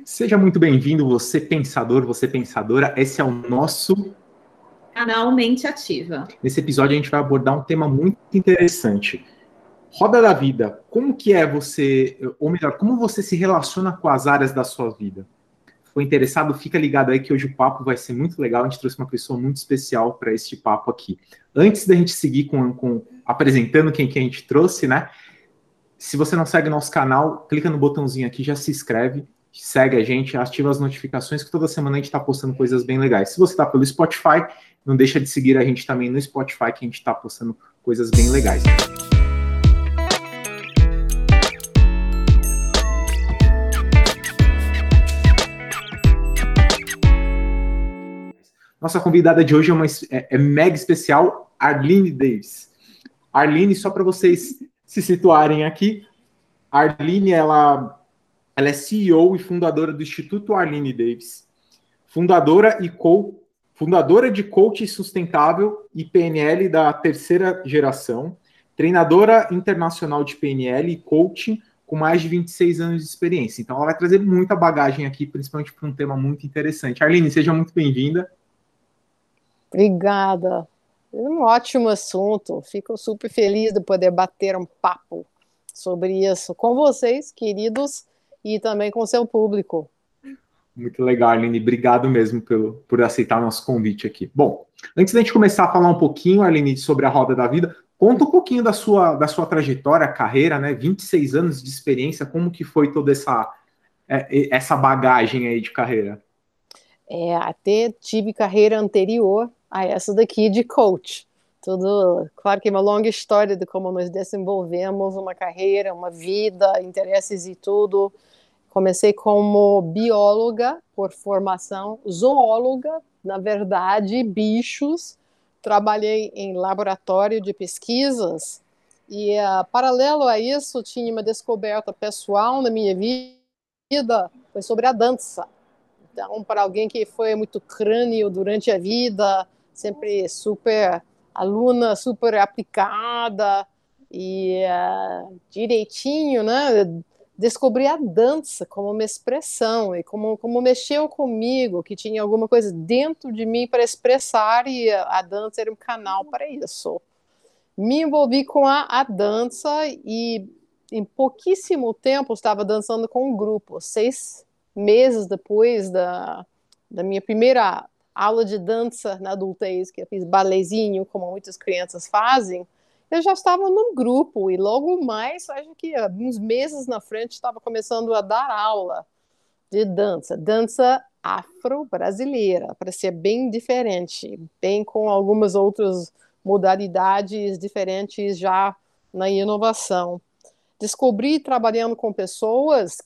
Seja muito bem-vindo, você pensador, você pensadora. Esse é o nosso Canal Mente Ativa. Nesse episódio a gente vai abordar um tema muito interessante. Roda da vida. Como que é você, ou melhor, como você se relaciona com as áreas da sua vida? Ficou interessado? Fica ligado aí que hoje o papo vai ser muito legal. A gente trouxe uma pessoa muito especial para este papo aqui. Antes da gente seguir com apresentando quem a gente trouxe, né? Se você não segue nosso canal, clica no botãozinho aqui, já se inscreve, segue a gente, ativa as notificações, que toda semana a gente está postando coisas bem legais. Se você está pelo Spotify, não deixa de seguir a gente também no Spotify, que a gente está postando coisas bem legais. Nossa convidada de hoje é mega especial, Arline Davis. Arline, só para vocês se situarem aqui, a Arline, ela é CEO e fundadora do Instituto Arline Davis, fundadora de coaching sustentável e PNL da terceira geração, treinadora internacional de PNL e coaching com mais de 26 anos de experiência. Então, ela vai trazer muita bagagem aqui, principalmente para um tema muito interessante. Arline, seja muito bem-vinda. Obrigada. É um ótimo assunto. Fico super feliz de poder bater um papo sobre isso com vocês, queridos, e também com o seu público. Muito legal, Arline. Obrigado mesmo por aceitar o nosso convite aqui. Bom, antes da gente começar a falar um pouquinho, Arline, sobre a Roda da Vida, conta um pouquinho da sua trajetória, carreira, né? 26 anos de experiência, como que foi toda essa bagagem aí de carreira? Até tive carreira anterior a essa daqui de coach. Tudo, claro que é uma longa história de como nós desenvolvemos uma carreira, uma vida, interesses e tudo. Comecei como bióloga por formação, zoóloga, na verdade, bichos. Trabalhei em laboratório de pesquisas e, paralelo a isso, tinha uma descoberta pessoal na minha vida, foi sobre a dança. Então, para alguém que foi muito crânio durante a vida, sempre super aluna, super aplicada e direitinho, né? Descobri a dança como uma expressão e como mexeu comigo, que tinha alguma coisa dentro de mim para expressar e a dança era um canal para isso. Me envolvi com a dança e em pouquíssimo tempo estava dançando com um grupo, 6 meses depois da minha primeira aula de dança na adultez, que eu fiz balezinho, como muitas crianças fazem, eu já estava num grupo e logo mais, acho que uns meses na frente, estava começando a dar aula de dança afro-brasileira, para ser bem diferente, bem com algumas outras modalidades diferentes já na inovação. Descobri trabalhando com pessoas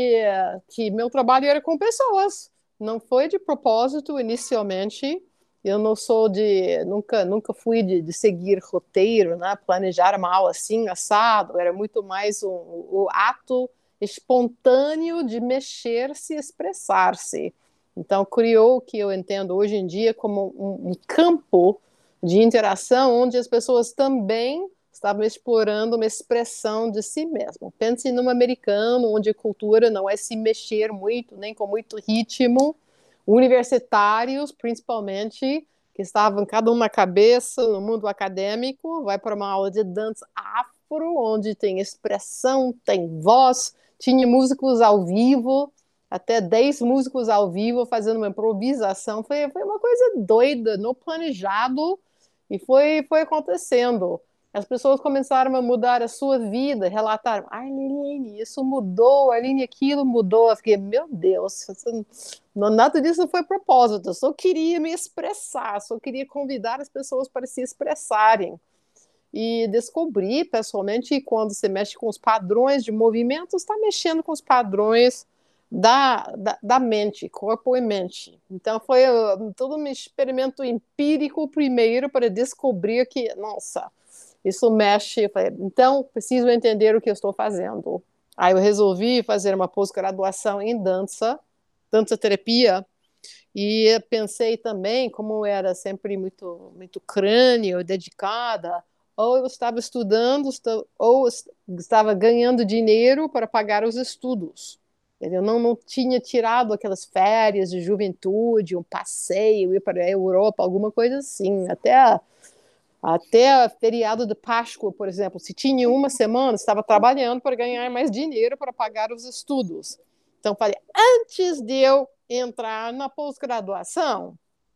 que meu trabalho era com pessoas. Não foi de propósito inicialmente. Eu não sou nunca fui de seguir roteiro, né? Planejar uma aula assim, assado. Era muito mais o ato espontâneo de mexer-se, expressar-se. Então, criou o que eu entendo hoje em dia como um campo de interação onde as pessoas também estavam explorando uma expressão de si mesmo. Pense num americano, onde a cultura não é se mexer muito, nem com muito ritmo. Universitários, principalmente, que estavam cada um na cabeça, no mundo acadêmico, vai para uma aula de dança afro, onde tem expressão, tem voz, tinha músicos ao vivo, até 10 músicos ao vivo fazendo uma improvisação. Foi uma coisa doida, não planejado, e foi acontecendo. As pessoas começaram a mudar a sua vida, relataram, Arline, isso mudou, Arline, aquilo mudou. Eu fiquei, meu Deus, nada disso foi propósito, eu só queria me expressar, só queria convidar as pessoas para se expressarem. E descobri, pessoalmente, quando você mexe com os padrões de movimento, está mexendo com os padrões da mente, corpo e mente. Então, foi todo um experimento empírico primeiro para descobrir que, nossa, isso mexe. Eu falei, então, preciso entender o que eu estou fazendo. Aí eu resolvi fazer uma pós-graduação em dança-terapia, e pensei também, como era sempre muito, muito crânio, dedicada, ou eu estava estudando, ou estava ganhando dinheiro para pagar os estudos. Eu não tinha tirado aquelas férias de juventude, um passeio, ir para a Europa, alguma coisa assim. Até feriado de Páscoa, por exemplo, se tinha uma semana, estava trabalhando para ganhar mais dinheiro para pagar os estudos. Então, falei, antes de eu entrar na pós-graduação,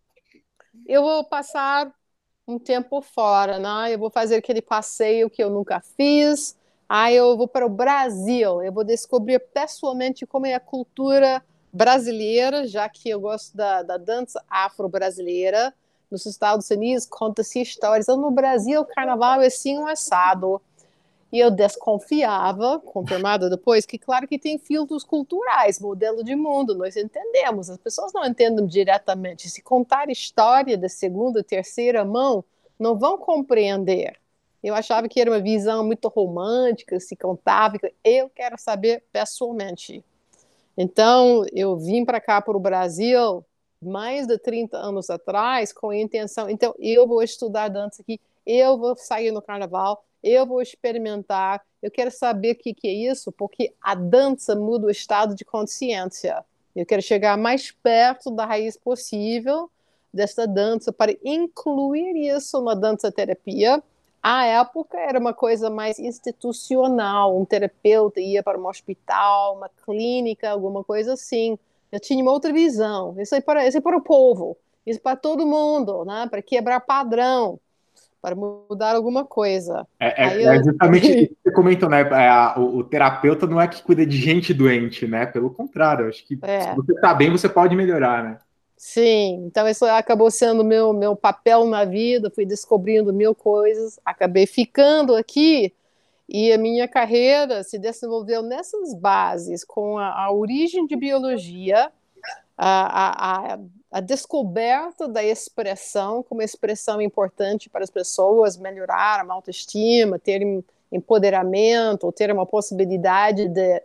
eu vou passar um tempo fora, né? Eu vou fazer aquele passeio que eu nunca fiz. Aí eu vou para o Brasil, eu vou descobrir pessoalmente como é a cultura brasileira, já que eu gosto da dança afro-brasileira. Nos Estados Unidos conta-se histórias. Então, no Brasil, o carnaval é assim um assado. E eu desconfiava, confirmado depois, que claro que tem filtros culturais, modelo de mundo, nós entendemos, as pessoas não entendem diretamente. Se contar história da segunda, terceira mão, não vão compreender. Eu achava que era uma visão muito romântica, se contava, eu quero saber pessoalmente. Então, eu vim para cá, para o Brasil, mais de 30 anos atrás, com a intenção, então, eu vou estudar dança aqui, eu vou sair no carnaval, eu vou experimentar, eu quero saber o que é isso, porque a dança muda o estado de consciência. Eu quero chegar mais perto da raiz possível desta dança para incluir isso na dança-terapia. À época era uma coisa mais institucional, um terapeuta ia para um hospital, uma clínica, alguma coisa assim. Eu tinha uma outra visão. Isso é para o povo, isso é para todo mundo, né? Para quebrar padrão, para mudar alguma coisa. É justamente isso que você comentou, né? O terapeuta não é que cuida de gente doente, né? Pelo contrário, acho que se você está bem, você pode melhorar, né? Sim, então isso acabou sendo meu papel na vida, fui descobrindo mil coisas, acabei ficando aqui e a minha carreira se desenvolveu nessas bases, com a origem de biologia, a, a, a descoberta da expressão como expressão importante para as pessoas melhorar a autoestima, ter empoderamento, ter uma possibilidade de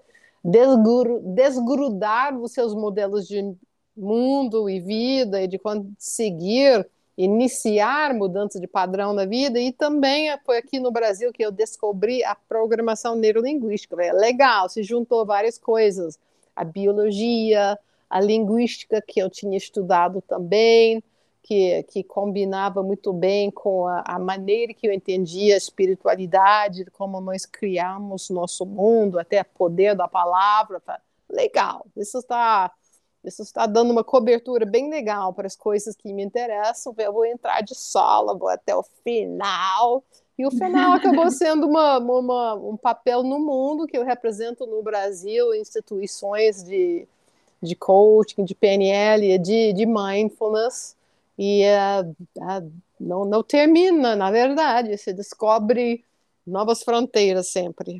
desgrudar os seus modelos de mundo e vida e de conseguir iniciar mudança de padrão na vida. E também foi aqui no Brasil que eu descobri a programação neurolinguística. É legal, se juntou várias coisas, a biologia, a linguística que eu tinha estudado também, que combinava muito bem com a maneira que eu entendia a espiritualidade, como nós criamos nosso mundo, até o poder da palavra. Legal, isso está dando uma cobertura bem legal para as coisas que me interessam. Eu vou entrar de sola, vou até o final. E o final acabou sendo um papel no mundo que eu represento no Brasil, instituições de coaching, de PNL, de mindfulness. E não termina, na verdade. Você descobre novas fronteiras sempre.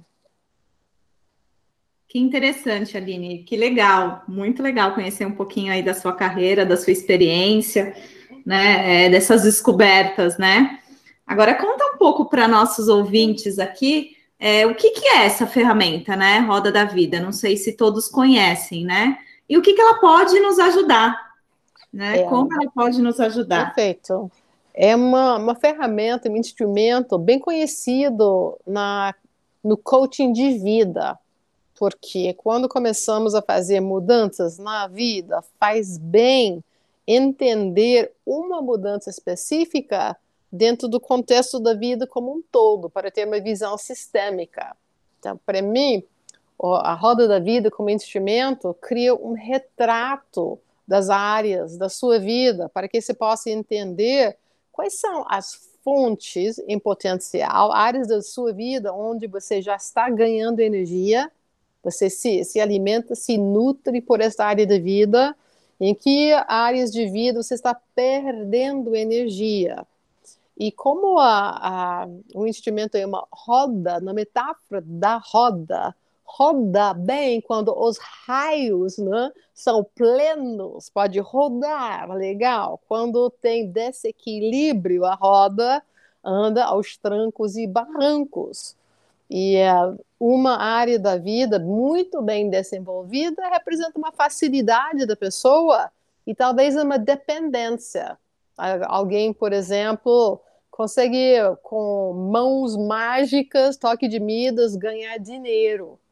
Que interessante, Aline, que legal, muito legal conhecer um pouquinho aí da sua carreira, da sua experiência, né, dessas descobertas, né? Agora conta um pouco para nossos ouvintes aqui, o que é essa ferramenta, né, Roda da Vida? Não sei se todos conhecem, né? E o que ela pode nos ajudar, né? Como ela pode nos ajudar? Perfeito. É uma ferramenta, um instrumento bem conhecido no coaching de vida. Porque quando começamos a fazer mudanças na vida, faz bem entender uma mudança específica dentro do contexto da vida como um todo, para ter uma visão sistêmica. Então, para mim, a roda da vida como instrumento cria um retrato das áreas da sua vida, para que você possa entender quais são as fontes em potencial, áreas da sua vida onde você já está ganhando energia. Você se alimenta, se nutre por esta área da vida, em que áreas de vida você está perdendo energia. E como o instrumento é uma roda, na metáfora da roda, roda bem quando os raios, né, são plenos, pode rodar legal. Quando tem desequilíbrio, a roda anda aos trancos e barrancos. E uma área da vida muito bem desenvolvida representa uma facilidade da pessoa e talvez uma dependência. Alguém, por exemplo, consegue, com mãos mágicas, toque de Midas, ganhar dinheiro.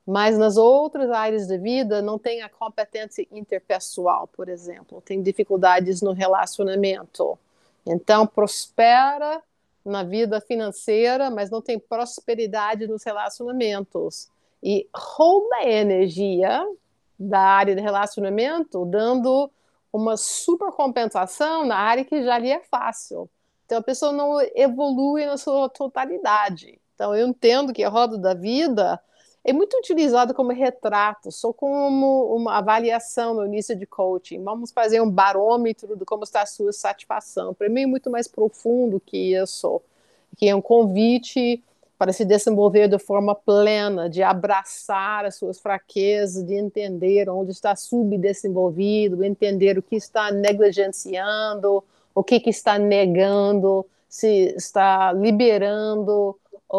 Mas nas outras áreas da vida não tem a competência interpessoal, por exemplo, tem dificuldades no relacionamento. Então, prospera na vida financeira, mas não tem prosperidade nos relacionamentos. E rouba a energia da área de relacionamento, dando uma supercompensação na área que já lhe é fácil. Então, a pessoa não evolui na sua totalidade. Então, eu entendo que a roda da vida é muito utilizado como retrato, só como uma avaliação no início de coaching. Vamos fazer um barômetro de como está a sua satisfação. Para mim é muito mais profundo que isso, que é um convite para se desenvolver de forma plena, de abraçar as suas fraquezas, de entender onde está subdesenvolvido, entender o que está negligenciando, o que está negando, se está liberando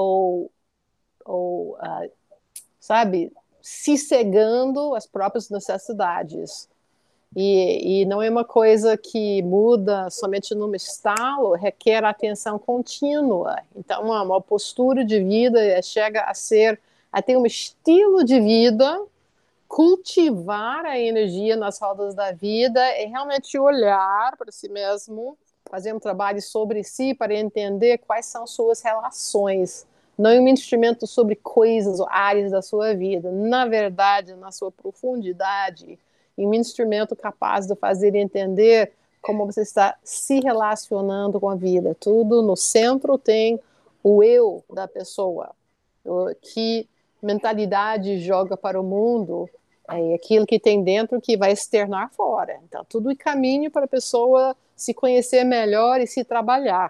ou sabe, se cegando às próprias necessidades. E não é uma coisa que muda somente num estalo, requer atenção contínua. Então, uma postura de vida chega a ter um estilo de vida, cultivar a energia nas rodas da vida e realmente olhar para si mesmo, fazer um trabalho sobre si para entender quais são suas relações. Não é um instrumento sobre coisas ou áreas da sua vida. Na verdade, na sua profundidade, é um instrumento capaz de fazer entender como você está se relacionando com a vida. Tudo no centro tem o eu da pessoa. Que mentalidade joga para o mundo é aquilo que tem dentro que vai externar fora. Então, tudo é caminho para a pessoa se conhecer melhor e se trabalhar.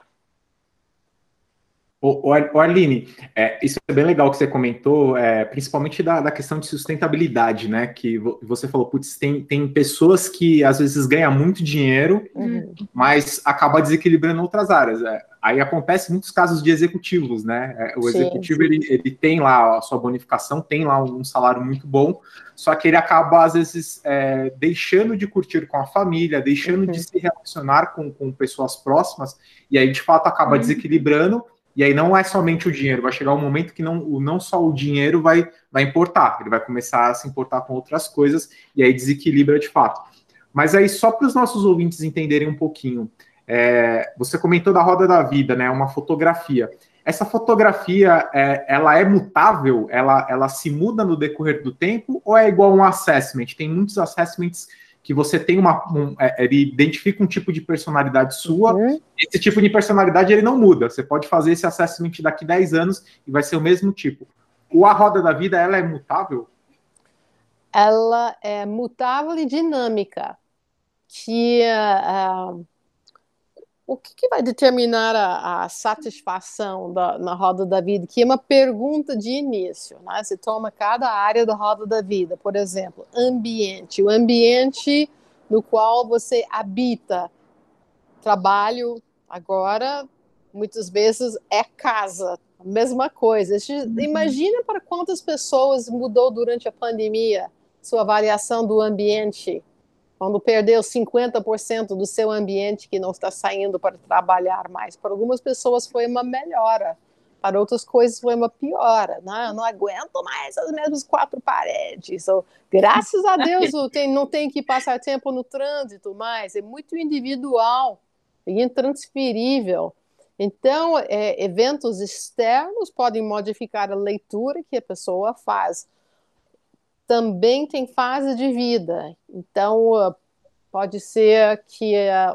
Arline, isso é bem legal que você comentou, principalmente da questão de sustentabilidade, né? Que você falou, putz, tem pessoas que às vezes ganham muito dinheiro, mas acaba desequilibrando outras áreas. Aí acontece muitos casos de executivos, né? O executivo, ele tem lá a sua bonificação, tem lá um salário muito bom, só que ele acaba, às vezes, deixando de curtir com a família, deixando de se relacionar com pessoas próximas, e aí, de fato, acaba desequilibrando. E aí não é somente o dinheiro, vai chegar um momento que não só o dinheiro vai importar, ele vai começar a se importar com outras coisas, e aí desequilibra de fato. Mas aí, só para os nossos ouvintes entenderem um pouquinho, você comentou da roda da vida, né? Uma fotografia. Essa fotografia, ela é mutável? Ela se muda no decorrer do tempo? Ou é igual um assessment? Tem muitos assessments que você tem ele identifica um tipo de personalidade sua, esse tipo de personalidade ele não muda, você pode fazer esse assessment daqui 10 anos e vai ser o mesmo tipo. A roda da vida, ela é mutável? Ela é mutável e dinâmica, que o que vai determinar a satisfação na roda da vida? Que é uma pergunta de início, né? Você toma cada área da roda da vida, por exemplo, ambiente, o ambiente no qual você habita, trabalho, agora, muitas vezes é casa, a mesma coisa. Imagina para quantas pessoas mudou durante a pandemia sua avaliação do ambiente, quando perdeu 50% do seu ambiente que não está saindo para trabalhar mais. Para algumas pessoas foi uma melhora, para outras coisas foi uma piora. Né? Eu não aguento mais as mesmas 4 paredes. Graças a Deus não tem que passar tempo no trânsito mais. É muito individual e intransferível. Então, eventos externos podem modificar a leitura que a pessoa faz. Também tem fase de vida. Então, pode ser que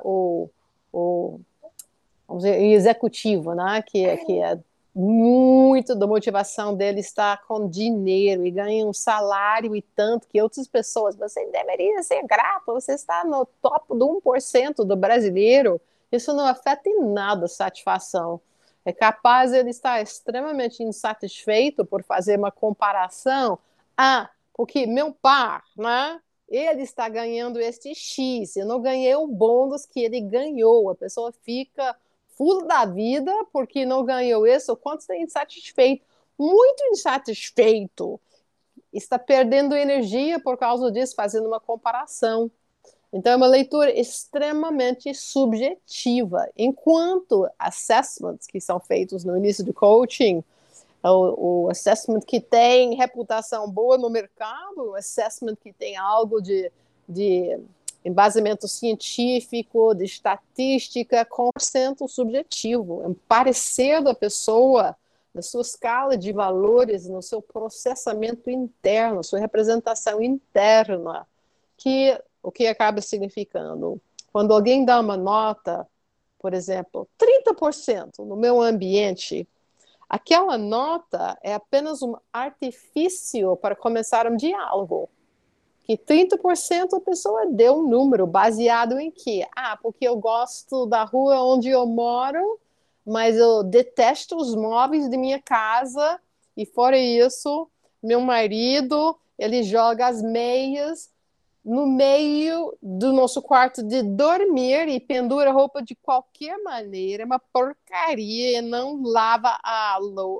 vamos dizer, o executivo, né, que é muito da motivação dele está com dinheiro e ganha um salário e tanto que outras pessoas, você deveria ser grato, você está no top do 1% do brasileiro, isso não afeta em nada a satisfação. É capaz ele estar extremamente insatisfeito por fazer uma comparação, porque meu par, né, ele está ganhando este X, eu não ganhei o bônus que ele ganhou, a pessoa fica full da vida porque não ganhou isso, o quanto está insatisfeito, muito insatisfeito, está perdendo energia por causa disso, fazendo uma comparação. Então, é uma leitura extremamente subjetiva, enquanto assessments que são feitos no início do coaching, o assessment que tem reputação boa no mercado, o assessment que tem algo de embasamento científico, de estatística, com acento subjetivo, é um parecer da pessoa, na sua escala de valores, no seu processamento interno, sua representação interna, que o que acaba significando? Quando alguém dá uma nota, por exemplo, 30% no meu ambiente, aquela nota é apenas um artifício para começar um diálogo. Que 30% a pessoa deu um número baseado em quê? Porque eu gosto da rua onde eu moro, mas eu detesto os móveis de minha casa, e fora isso, meu marido, ele joga as meias no meio do nosso quarto de dormir e pendura roupa de qualquer maneira, é uma porcaria, e não lava a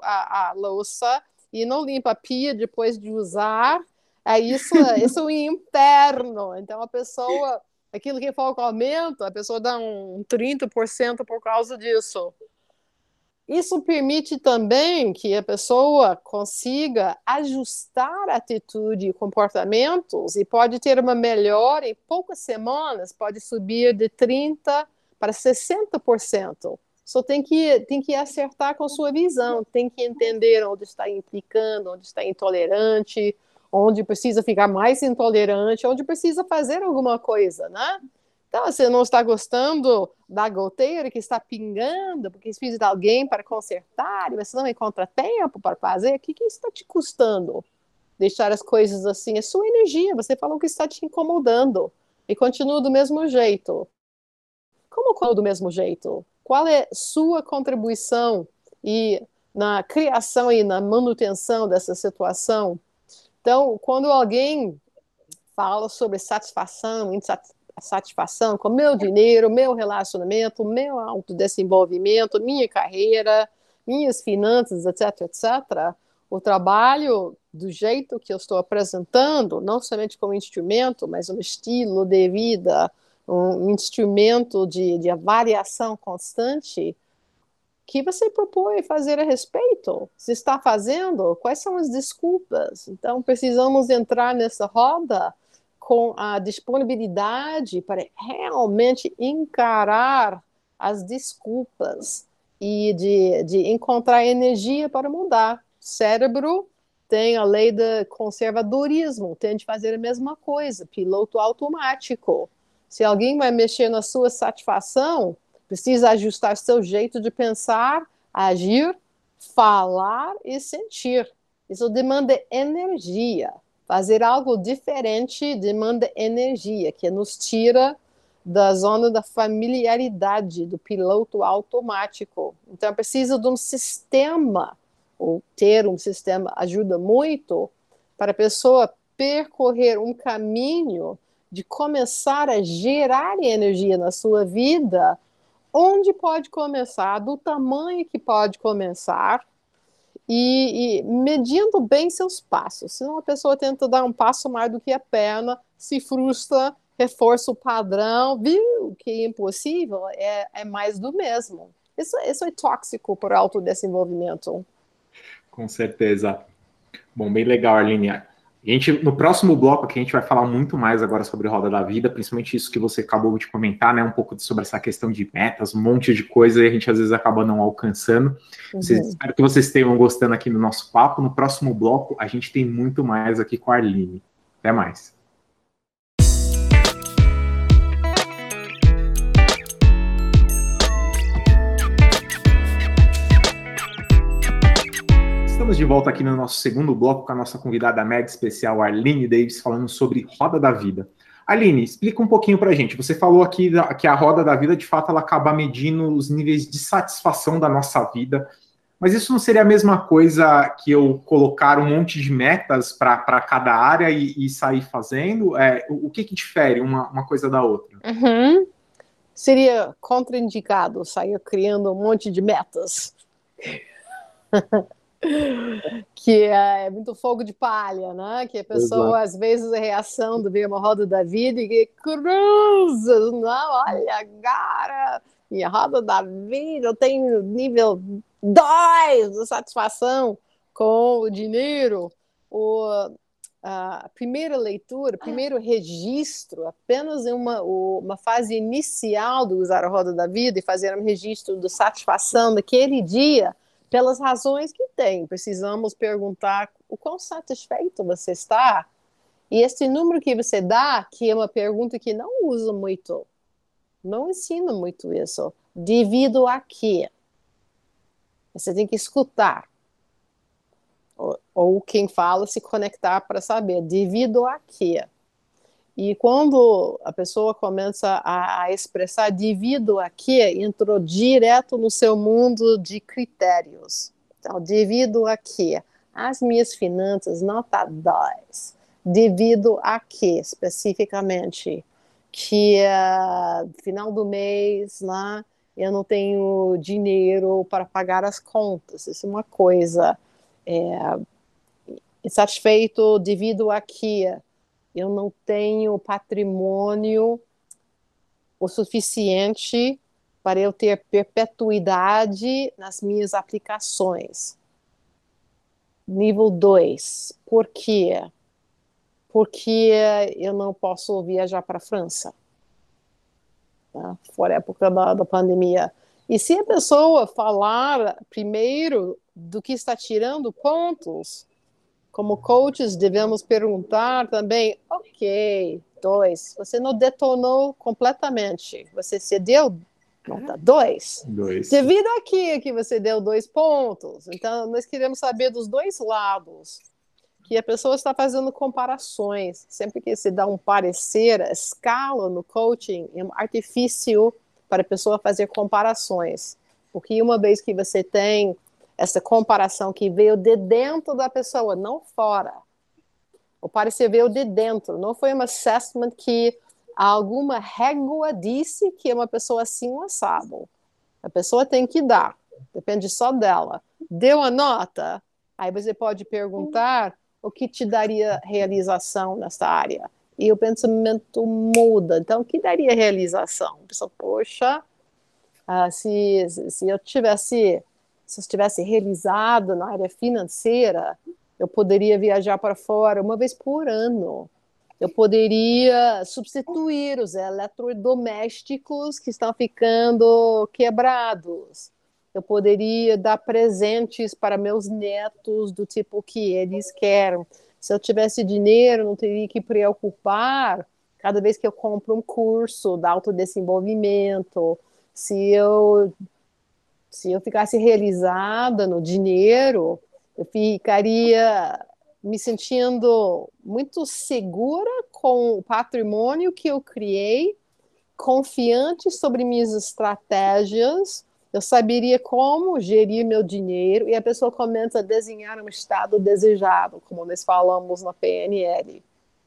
louça e não limpa a pia depois de usar. Isso é interno. Então, a pessoa, aquilo que foi o aumento, a pessoa dá um 30% por causa disso. Isso permite também que a pessoa consiga ajustar atitude e comportamentos e pode ter uma melhora em poucas semanas, pode subir de 30% para 60%. Só tem que acertar com sua visão, tem que entender onde está implicando, onde está intolerante, onde precisa ficar mais intolerante, onde precisa fazer alguma coisa, né? Então, você não está gostando da goteira que está pingando, porque precisa de alguém para consertar, e você não encontra tempo para fazer, o que está te custando? Deixar as coisas assim, é sua energia, você falou que está te incomodando, e continua do mesmo jeito. Como continua do mesmo jeito? Qual é sua contribuição na criação e na manutenção dessa situação? Então, quando alguém fala sobre satisfação, insatisfação com meu dinheiro, meu relacionamento, meu autodesenvolvimento, minha carreira, minhas finanças, etc., etc., o trabalho, do jeito que eu estou apresentando, não somente como instrumento, mas um estilo de vida, um instrumento de avaliação constante, que você propõe fazer a respeito? Se está fazendo? Quais são as desculpas? Então, precisamos entrar nessa roda com a disponibilidade para realmente encarar as desculpas e de encontrar energia para mudar. O cérebro tem a lei do conservadorismo, tende a fazer a mesma coisa, piloto automático. Se alguém vai mexer na sua satisfação, precisa ajustar seu jeito de pensar, agir, falar e sentir. Isso demanda energia. Fazer algo diferente demanda energia, que nos tira da zona da familiaridade, do piloto automático. Então, precisa de um sistema, ou ter um sistema ajuda muito para a pessoa percorrer um caminho de começar a gerar energia na sua vida, onde pode começar, do tamanho que pode começar, e medindo bem seus passos. Senão a pessoa tenta dar um passo mais do que a perna, se frustra, reforça o padrão, viu que é impossível, é mais do mesmo. Isso é tóxico para o autodesenvolvimento. Com certeza. Bom, bem legal, Arline. No próximo bloco aqui, a gente vai falar muito mais agora sobre Roda da Vida, principalmente isso que você acabou de comentar, né? Um pouco sobre essa questão de metas, um monte de coisa, e a gente às vezes acaba não alcançando. Espero que vocês estejam gostando aqui do nosso papo. No próximo bloco, a gente tem muito mais aqui com a Arline. Até mais. Estamos de volta aqui no nosso segundo bloco com a nossa convidada mega especial, Arline Davis, falando sobre Roda da Vida. Arline, explica um pouquinho pra gente. Você falou aqui que a Roda da Vida, de fato, ela acaba medindo os níveis de satisfação da nossa vida, mas isso não seria a mesma coisa que eu colocar um monte de metas para cada área e sair fazendo? O que difere uma coisa da outra? Seria contraindicado sair criando um monte de metas. Que é muito fogo de palha, né? Que a pessoa, às vezes, a reação de ver uma roda da vida e que cruza, não, olha, cara, minha roda da vida, eu tenho nível 2 de satisfação. com o dinheiro, a primeira leitura, primeiro registro, apenas em uma fase inicial do usar a roda da vida e fazer um registro de satisfação daquele dia, pelas razões que tem. Precisamos perguntar o quão satisfeito você está. E esse número que você dá, que é uma pergunta que não usa muito, não ensina muito isso. Devido a quê? Você tem que escutar. Ou quem fala se conectar para saber. Devido a quê? E quando a pessoa começa a expressar devido a quê, entrou direto no seu mundo de critérios. Então, devido a quê? As minhas finanças, nota 2. Devido a quê, especificamente? Que final do mês, lá, eu não tenho dinheiro para pagar as contas. Isso é uma coisa. Insatisfeito devido a que eu não tenho patrimônio o suficiente para eu ter perpetuidade nas minhas aplicações. Nível 2. Por quê? Porque eu não posso viajar para a França, tá? Fora a época da pandemia. E se a pessoa falar primeiro do que está tirando pontos, como coaches, devemos perguntar também, ok, 2, você não detonou completamente, você cedeu nota 2. Devido a que você deu 2 pontos. Então, nós queremos saber dos dois lados, que a pessoa está fazendo comparações. Sempre que se dá um parecer, a escala no coaching é um artifício para a pessoa fazer comparações. Porque uma vez que você tem essa comparação que veio de dentro da pessoa, não fora. O parecer veio de dentro, não foi um assessment que alguma régua disse que é uma pessoa assim ou assado. A pessoa tem que dar, depende só dela. Deu a nota, aí você pode perguntar o que te daria realização nessa área. E o pensamento muda. Então, o que daria realização? A pessoa, poxa, se eu estivesse realizado na área financeira, eu poderia viajar para fora uma vez por ano. Eu poderia substituir os eletrodomésticos que estão ficando quebrados. Eu poderia dar presentes para meus netos do tipo que eles querem. Se eu tivesse dinheiro, não teria que preocupar cada vez que eu compro um curso de autodesenvolvimento. Se eu ficasse realizada no dinheiro, eu ficaria me sentindo muito segura com o patrimônio que eu criei, confiante sobre minhas estratégias, eu saberia como gerir meu dinheiro e a pessoa começa a desenhar um estado desejado, como nós falamos na PNL.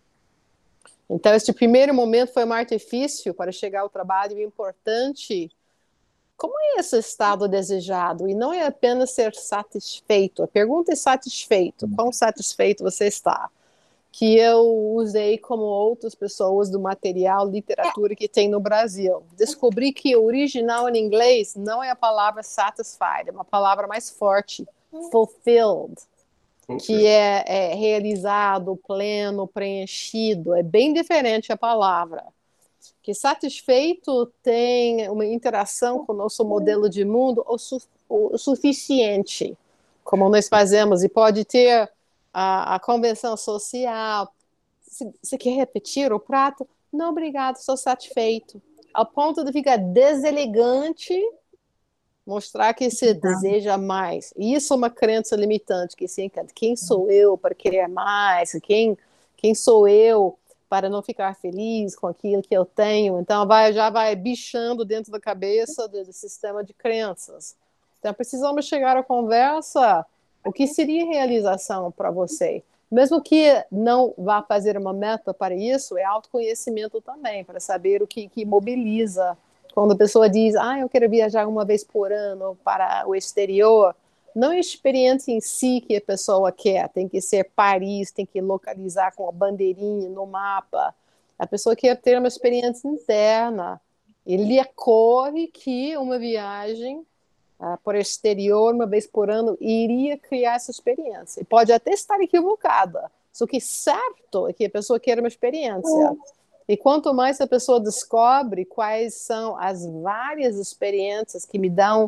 Então, este primeiro momento foi um artifício para chegar ao trabalho importante. Como é esse estado desejado? E não é apenas ser satisfeito. A pergunta é satisfeito. Quão satisfeito você está? Que eu usei como outras pessoas do material, literatura que tem no Brasil. Descobri que o original em inglês não é a palavra satisfied, é uma palavra mais forte, fulfilled, que é realizado, pleno, preenchido. É bem diferente a palavra. Que satisfeito tem uma interação com o nosso modelo de mundo o suficiente, como nós fazemos, e pode ter a convenção social. Você quer repetir o prato? Não, obrigado, estou satisfeito. Ao ponto de ficar deselegante, mostrar que você deseja mais. Isso é uma crença limitante, que se encanta. Quem sou eu para querer mais? Quem sou eu para não ficar feliz com aquilo que eu tenho? Então, já vai bichando dentro da cabeça do sistema de crenças. Então, precisamos chegar à conversa. O que seria realização para você? Mesmo que não vá fazer uma meta para isso, é autoconhecimento também, para saber o que mobiliza. Quando a pessoa diz, eu quero viajar uma vez por ano para o exterior, não é a experiência em si que a pessoa quer, tem que ser Paris, tem que localizar com a bandeirinha no mapa. A pessoa quer ter uma experiência interna. Ele ocorre que uma viagem por exterior, uma vez por ano, iria criar essa experiência. E pode até estar equivocada. Só que certo é que a pessoa quer uma experiência. E quanto mais a pessoa descobre quais são as várias experiências que me dão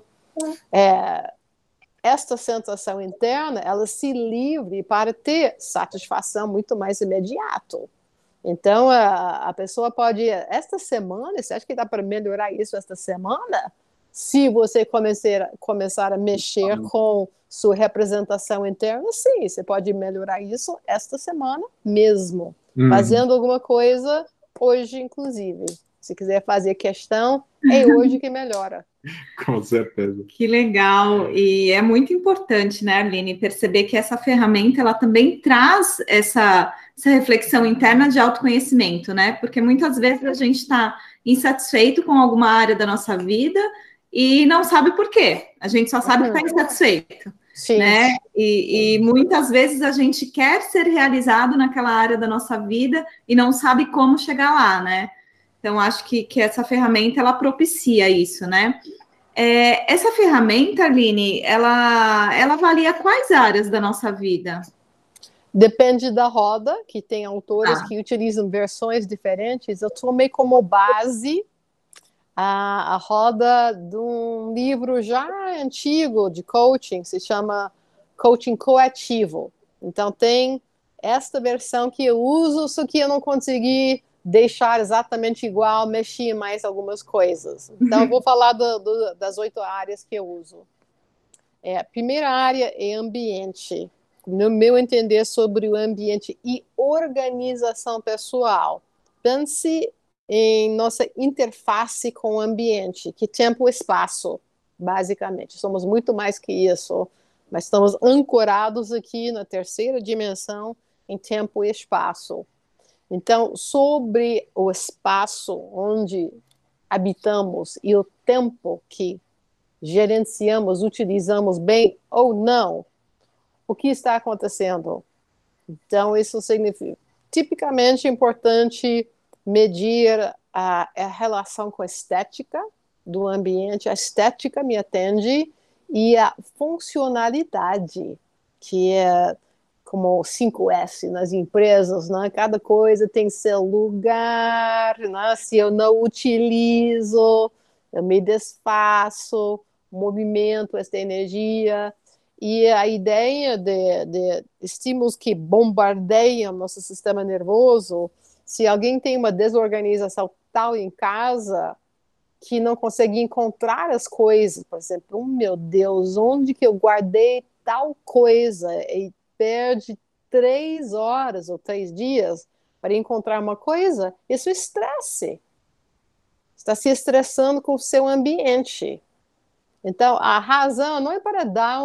esta sensação interna, ela se livre para ter satisfação muito mais imediato. Então, a pessoa pode, esta semana, você acha que dá para melhorar isso esta semana? Se você começar a mexer com sua representação interna, sim, você pode melhorar isso esta semana mesmo. Fazendo alguma coisa hoje, inclusive. Se quiser fazer questão, é hoje que melhora. Com certeza. Que legal. E é muito importante, né, Arline, perceber que essa ferramenta, ela também traz essa reflexão interna de autoconhecimento, né? Porque muitas vezes a gente está insatisfeito com alguma área da nossa vida e não sabe por quê. A gente só sabe que está insatisfeito. Sim. Né? E muitas vezes a gente quer ser realizado naquela área da nossa vida e não sabe como chegar lá, né? Então, acho que essa ferramenta, ela propicia isso, né? Essa ferramenta, Arline, ela avalia quais áreas da nossa vida? Depende da roda, que tem autores que utilizam versões diferentes. Eu tomei como base a roda de um livro já antigo de coaching, se chama Coaching Coativo. Então, tem esta versão que eu uso, só que eu não consegui deixar exatamente igual, mexi em mais algumas coisas. Então, eu vou falar das 8 áreas que eu uso. A primeira área é ambiente. No meu entender sobre o ambiente e organização pessoal. Pense em nossa interface com o ambiente, que tempo e espaço, basicamente. Somos muito mais que isso, mas estamos ancorados aqui na terceira dimensão, em tempo e espaço. Então, sobre o espaço onde habitamos e o tempo que gerenciamos, utilizamos bem ou não, o que está acontecendo? Então, isso significa, tipicamente, é importante medir a relação com a estética do ambiente. A estética me atende e a funcionalidade, que é como o 5S nas empresas, né? Cada coisa tem seu lugar, né? Se eu não utilizo, eu me desfaço, movimento essa energia. E a ideia de estímulos que bombardeiam nosso sistema nervoso, se alguém tem uma desorganização tal em casa que não consegue encontrar as coisas, por exemplo, meu Deus, onde que eu guardei tal coisa? E perde 3 horas ou 3 dias para encontrar uma coisa, isso é estresse. Está se estressando com o seu ambiente. Então, a razão não é para dar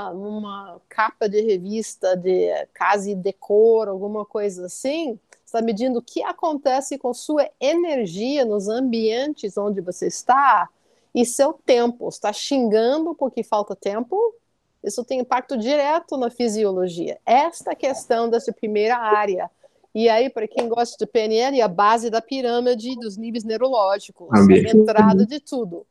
uma capa de revista de casa e decor, alguma coisa assim. Está medindo o que acontece com sua energia nos ambientes onde você está e seu tempo. Está xingando porque falta tempo? Isso tem impacto direto na fisiologia. Esta questão dessa primeira área. E aí, para quem gosta de PNL, é a base da pirâmide dos níveis neurológicos, a entrada de tudo.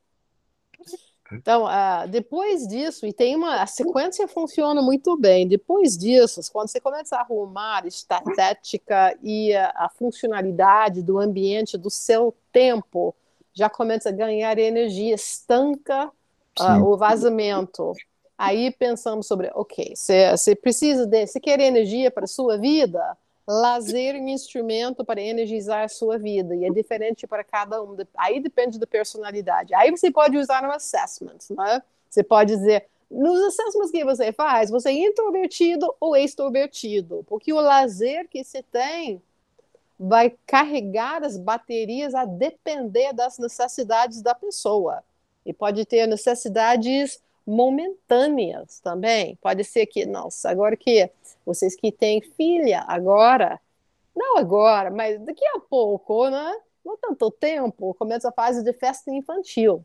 Então, depois disso, e a sequência funciona muito bem. Depois disso, quando você começa a arrumar a estética e a funcionalidade do ambiente, do seu tempo, já começa a ganhar energia, estanca o vazamento. Aí pensamos sobre, ok, você você quer energia para a sua vida? Lazer é um instrumento para energizar a sua vida, e é diferente para cada um. Aí depende da personalidade. Aí você pode usar um assessment, né? Você pode dizer, nos assessments que você faz, você é introvertido ou extrovertido, porque o lazer que você tem vai carregar as baterias a depender das necessidades da pessoa. E pode ter necessidades momentâneas também. Pode ser que, nossa, agora que vocês que têm filha agora, não agora, mas daqui a pouco, né? Não tanto tempo, começa a fase de festa infantil.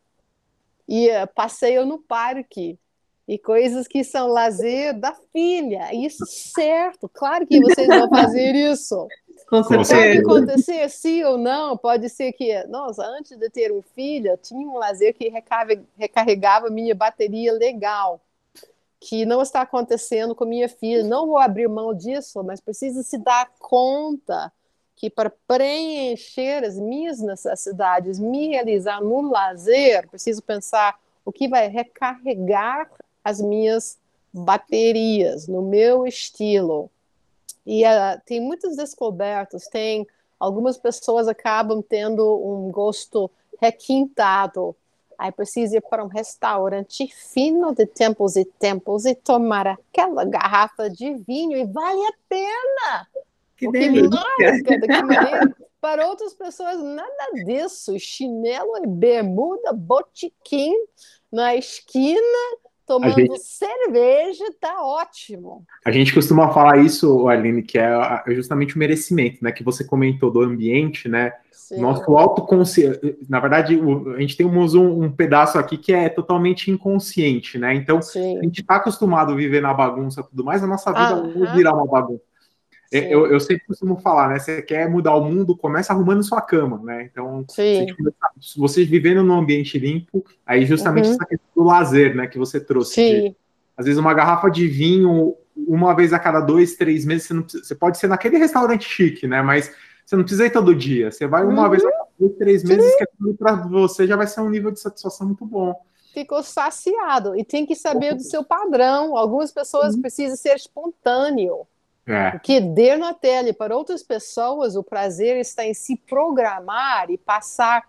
E passeio no parque. E coisas que são lazer da filha. Isso certo, claro que vocês vão fazer isso. Com Com Pode certeza. acontecer sim ou não, pode ser que, nossa, antes de ter um filho, eu tinha um lazer que recarregava minha bateria legal, que não está acontecendo com minha filha. Não vou abrir mão disso, mas preciso se dar conta que para preencher as minhas necessidades, me realizar no lazer, preciso pensar o que vai recarregar as minhas baterias, no meu estilo. E tem muitas descobertas, tem algumas pessoas acabam tendo um gosto requintado. Aí precisa ir para um restaurante fino de tempos e tempos e tomar aquela garrafa de vinho e vale a pena. Que O que delícia. marca, de que maneira? Para outras pessoas, nada disso. Chinelo e bermuda, botiquim na esquina, A tomando gente, cerveja, tá ótimo. a gente costuma falar isso, Aline, que é justamente o merecimento, né? Que você comentou do ambiente, né? Sim, Nosso autoconsciente, na verdade, a gente tem um pedaço aqui que é totalmente inconsciente, né? Então, a sim. gente está acostumado a viver na bagunça e tudo mais, a nossa vida vai Aham, virar uma bagunça. sim, Eu sempre costumo falar, né? Você quer mudar o mundo, começa arrumando sua cama, né? Então, sim. se você vivendo num ambiente limpo, aí justamente Uhum, essa questão do lazer, né? Que você trouxe de, sim. às vezes, uma garrafa de vinho, uma vez a cada 2, 3 meses, você pode ser naquele restaurante chique, né? Mas você não precisa ir todo dia. Você vai uma vez a Uhum, cada 2, 3 meses, sim. que aquilo para você já vai ser um nível de satisfação muito bom. Ficou saciado. E tem que saber do seu padrão. Algumas pessoas precisam ser espontâneo. O É. que dê na tela. Para outras pessoas, o prazer está em se programar e passar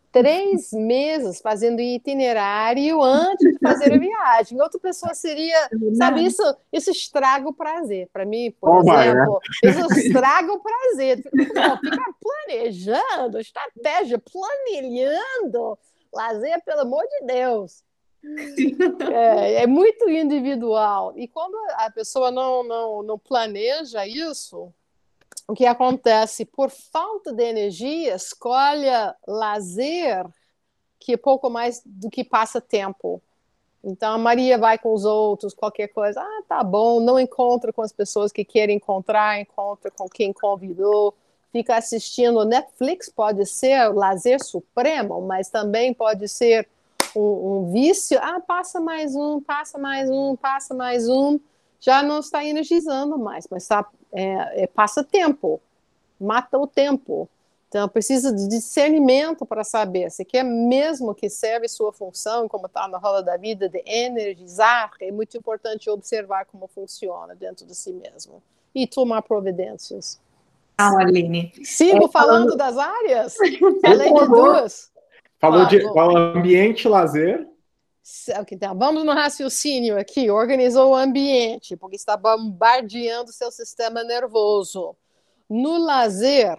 3 meses fazendo itinerário antes de fazer a viagem. Outra pessoa seria, sabe, isso estraga o prazer. Para mim, por Bom, vai, né? exemplo, isso estraga o prazer. Não, ficar planejando, estratégia, planilhando, lazer, pelo amor de Deus. É muito individual. E quando a pessoa não planeja isso, o que acontece? Por falta de energia, escolhe lazer que é pouco mais do que passa tempo. Então, a Maria vai com os outros, qualquer coisa. Ah, tá bom. Não encontra com as pessoas que querem encontrar, encontra com quem convidou. Fica assistindo Netflix, pode ser lazer supremo, mas também pode ser um vício. Ah, passa mais um, passa mais um, passa mais um. Já não está energizando mais, mas passa tempo, mata o tempo. Então, precisa de discernimento para saber se quer mesmo que serve sua função, como está na roda da vida, de energizar. É muito importante observar como funciona dentro de si mesmo e tomar providências. Ah, Aline. Sigo falando Falando... das áreas? Falei de duas. Falou de Vamos, ambiente, lazer. então, vamos no raciocínio aqui. Organizou o ambiente, porque está bombardeando seu sistema nervoso. No lazer,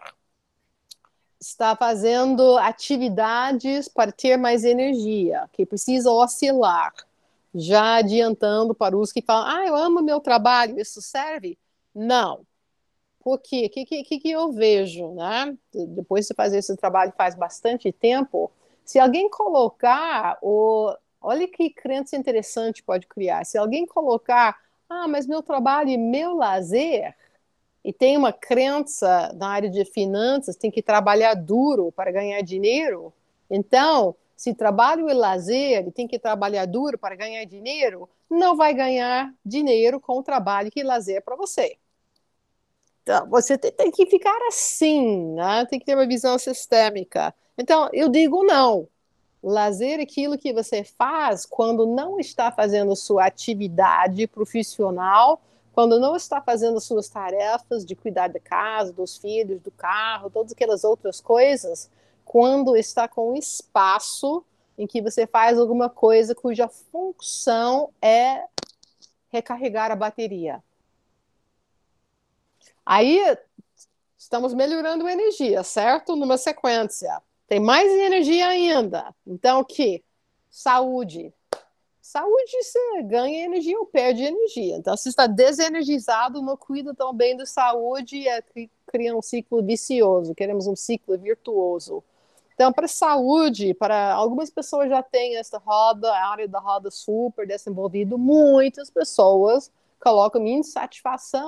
está fazendo atividades para ter mais energia, que precisa oscilar. Já adiantando para os que falam, eu amo meu trabalho, isso serve? Não. Por quê? O que eu vejo, né? Depois de fazer esse trabalho faz bastante tempo, se alguém colocar olha que crença interessante pode criar. Se alguém colocar, mas meu trabalho e meu lazer, e tem uma crença na área de finanças, tem que trabalhar duro para ganhar dinheiro. Então, se trabalho e lazer e tem que trabalhar duro para ganhar dinheiro, não vai ganhar dinheiro com o trabalho e lazer para você. Então, você tem que ficar assim, né? Tem que ter uma visão sistêmica. Então, eu digo não. Lazer é aquilo que você faz quando não está fazendo sua atividade profissional, quando não está fazendo suas tarefas de cuidar da casa, dos filhos, do carro, todas aquelas outras coisas, quando está com um espaço em que você faz alguma coisa cuja função é recarregar a bateria. Aí estamos melhorando a energia, certo? Numa sequência. Tem mais energia ainda. Então, o que? Saúde. Saúde, você ganha energia ou perde energia. Então, se está desenergizado, não cuida tão bem da saúde, cria um ciclo vicioso. Queremos um ciclo virtuoso. Então, para saúde, para algumas pessoas já têm essa roda, a área da roda super desenvolvida. Muitas pessoas colocam insatisfação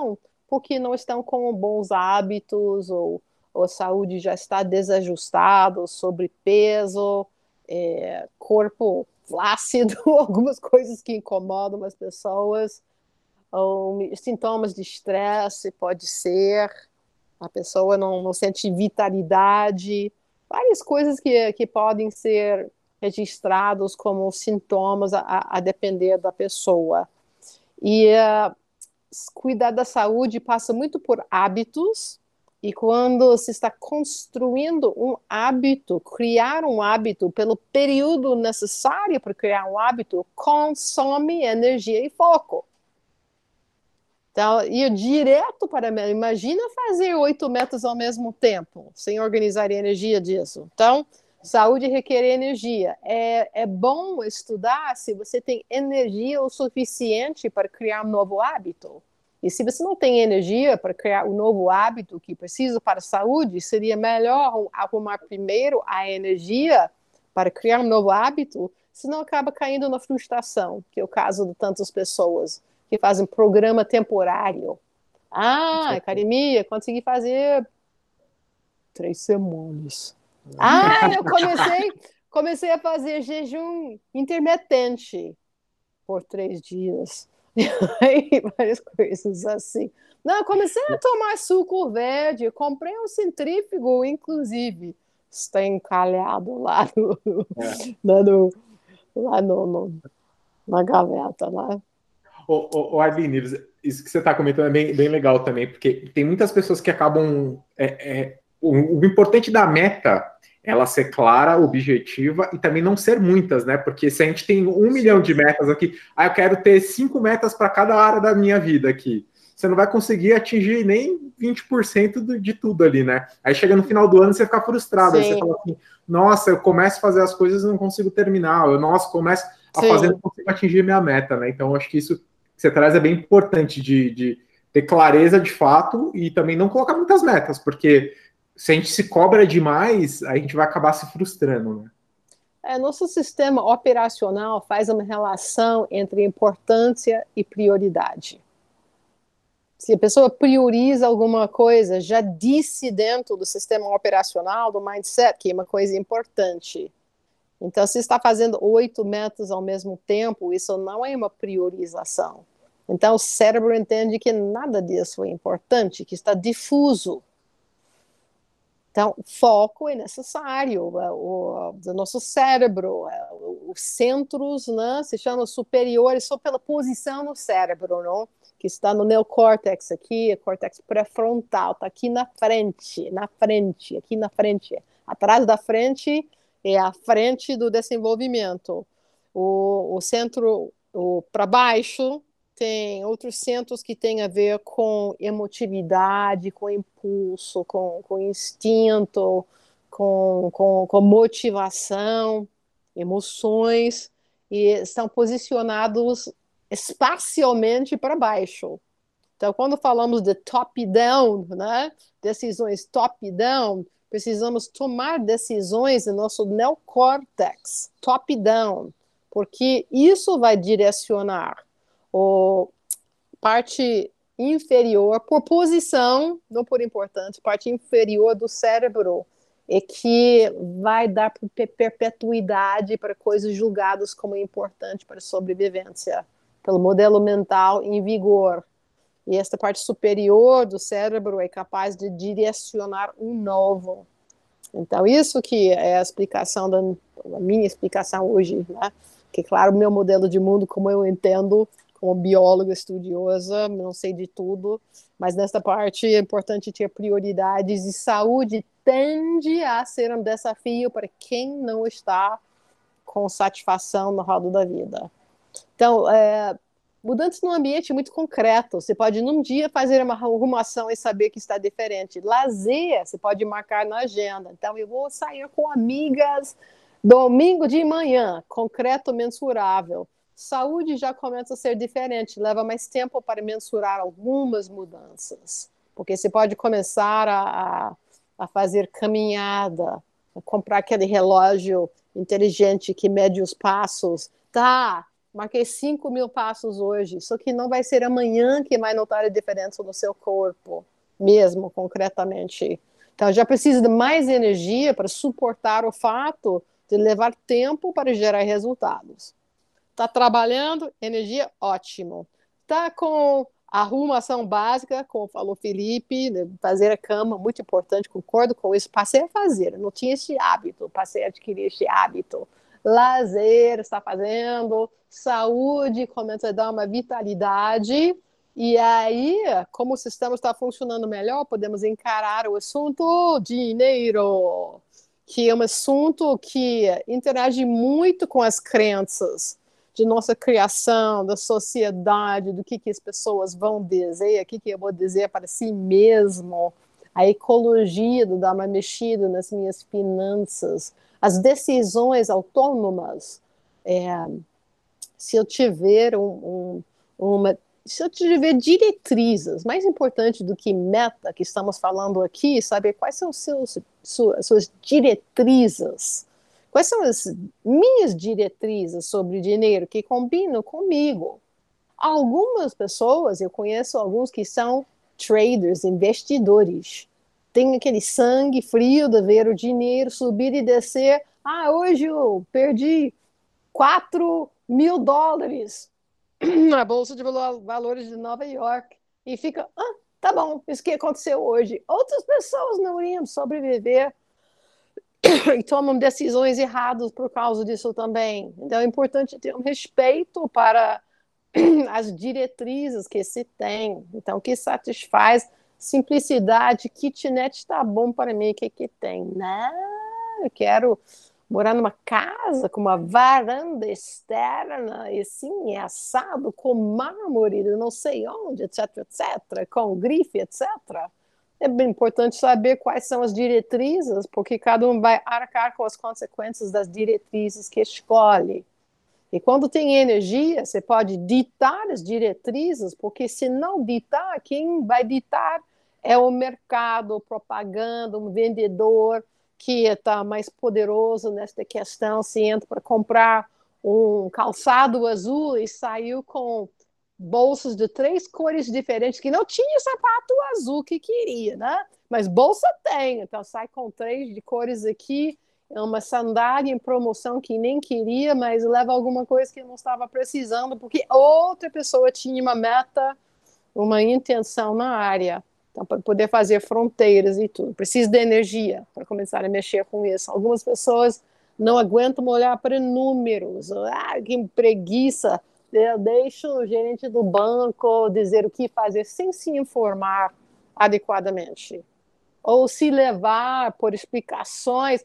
porque não estão com bons hábitos, ou a saúde já está desajustada, sobrepeso, corpo flácido, algumas coisas que incomodam as pessoas, ou sintomas de estresse, pode ser, a pessoa não sente vitalidade, várias coisas que podem ser registrados como sintomas a depender da pessoa. E cuidar da saúde passa muito por hábitos, e quando se está construindo um hábito, criar um hábito pelo período necessário para criar um hábito, consome energia e foco. Então, ir direto para... Imagina fazer 8 metas ao mesmo tempo, sem organizar a energia disso. Então, saúde requer energia. É bom estudar se você tem energia o suficiente para criar um novo hábito. E se você não tem energia para criar um novo hábito que precisa para a saúde, seria melhor arrumar primeiro a energia para criar um novo hábito, senão acaba caindo na frustração, que é o caso de tantas pessoas que fazem programa temporário. Academia, consegui fazer 3 semanas. Eu comecei a fazer jejum intermitente por 3 dias. E várias coisas assim. Não, comecei a tomar suco verde, comprei um centrífugo, inclusive. Está encalhado lá na gaveta, né? Aline, isso que você está comentando é bem legal também, porque tem muitas pessoas que acabam... o importante da meta, ela ser clara, objetiva, e também não ser muitas, né? Porque se a gente tem 1 milhão de metas aqui, eu quero ter 5 metas para cada área da minha vida aqui. Você não vai conseguir atingir nem 20% de tudo ali, né? Aí chega no final do ano, você fica frustrado. Aí você fala assim, nossa, eu começo a fazer as coisas e não consigo terminar. Começo a fazer e não consigo atingir minha meta, né? Então, acho que isso que você traz é bem importante de ter clareza de fato e também não colocar muitas metas, porque se a gente se cobra demais, a gente vai acabar se frustrando, né? Nosso sistema operacional faz uma relação entre importância e prioridade. Se a pessoa prioriza alguma coisa, já disse dentro do sistema operacional, do mindset, que é uma coisa importante. Então, se está fazendo 8 metas ao mesmo tempo, isso não é uma priorização. Então, o cérebro entende que nada disso é importante, que está difuso. Então, foco é necessário. O nosso cérebro, os centros, né, se chamam superiores só pela posição no cérebro, não? Que está no neocórtex aqui, córtex pré-frontal, está aqui na frente, aqui na frente. Atrás da frente é a frente do desenvolvimento. O centro para baixo tem outros centros que têm a ver com emotividade, com impulso, com instinto, com motivação, emoções, e estão posicionados espacialmente para baixo. Então, quando falamos de top-down, né, decisões top-down, precisamos tomar decisões no nosso neocórtex, top-down, porque isso vai direcionar a parte inferior, por posição, não por importância, parte inferior do cérebro, e que vai dar perpetuidade para coisas julgadas como importantes para a sobrevivência, pelo modelo mental em vigor. E esta parte superior do cérebro é capaz de direcionar um novo. Então, isso que é a explicação, a minha explicação hoje, né? Que, claro, o meu modelo de mundo, como eu entendo, como bióloga estudiosa, não sei de tudo, mas nesta parte é importante ter prioridades, e saúde tende a ser um desafio para quem não está com satisfação no rodo da vida. Então, mudanças no ambiente muito concreto. Você pode, num dia, fazer uma arrumação e saber que está diferente. Lazer, você pode marcar na agenda. Então, eu vou sair com amigas domingo de manhã, concreto, mensurável. Saúde já começa a ser diferente, leva mais tempo para mensurar algumas mudanças. Porque você pode começar a fazer caminhada, a comprar aquele relógio inteligente que mede os passos. Tá, marquei 5.000 passos hoje. Isso que não vai ser amanhã que vai notar a diferença no seu corpo, mesmo concretamente. Então, já precisa de mais energia para suportar o fato de levar tempo para gerar resultados. Está trabalhando, energia, ótimo. Está com arrumação básica, como falou Felipe, fazer a cama, muito importante, concordo com isso. Passei a fazer, não tinha esse hábito, passei a adquirir esse hábito. Lazer, está fazendo, saúde, começa a dar uma vitalidade. E aí, como o sistema está funcionando melhor, podemos encarar o assunto dinheiro, que é um assunto que interage muito com as crenças de nossa criação, da sociedade, do que as pessoas vão dizer, o que eu vou dizer para si mesmo, a ecologia de dar uma mexida nas minhas finanças, as decisões autônomas. Se eu tiver se eu tiver diretrizes, mais importante do que meta, que estamos falando aqui, saber quais são suas diretrizes. Quais são as minhas diretrizes sobre dinheiro que combinam comigo? Algumas pessoas, eu conheço alguns que são traders, investidores. Tem aquele sangue frio de ver o dinheiro subir e descer. Hoje eu perdi $4.000 na Bolsa de Valores de Nova York. E fica, tá bom, isso que aconteceu hoje. Outras pessoas não iriam sobreviver e tomam decisões erradas por causa disso também. Então é importante ter um respeito para as diretrizes que se tem. Então, o que satisfaz simplicidade, kitnet está bom para mim, o que tem? Não, eu quero morar numa casa com uma varanda externa, e assim, assado, com mármore, não sei onde, etc, etc, com grife, etc. É bem importante saber quais são as diretrizes, porque cada um vai arcar com as consequências das diretrizes que escolhe. E quando tem energia, você pode ditar as diretrizes, porque se não ditar, quem vai ditar é o mercado, a propaganda, um vendedor que está mais poderoso nesta questão. Se entra para comprar um calçado azul e saiu com bolsas de 3 cores diferentes, que não tinha sapato azul que queria, né? Mas bolsa tem, então sai com 3 de cores aqui, é uma sandália em promoção que nem queria, mas leva alguma coisa que não estava precisando, porque outra pessoa tinha uma meta, uma intenção na área. Então, para poder fazer fronteiras e tudo. Precisa de energia para começar a mexer com isso. Algumas pessoas não aguentam olhar para números. Que preguiça. Eu deixo o gerente do banco dizer o que fazer sem se informar adequadamente. Ou se levar por explicações.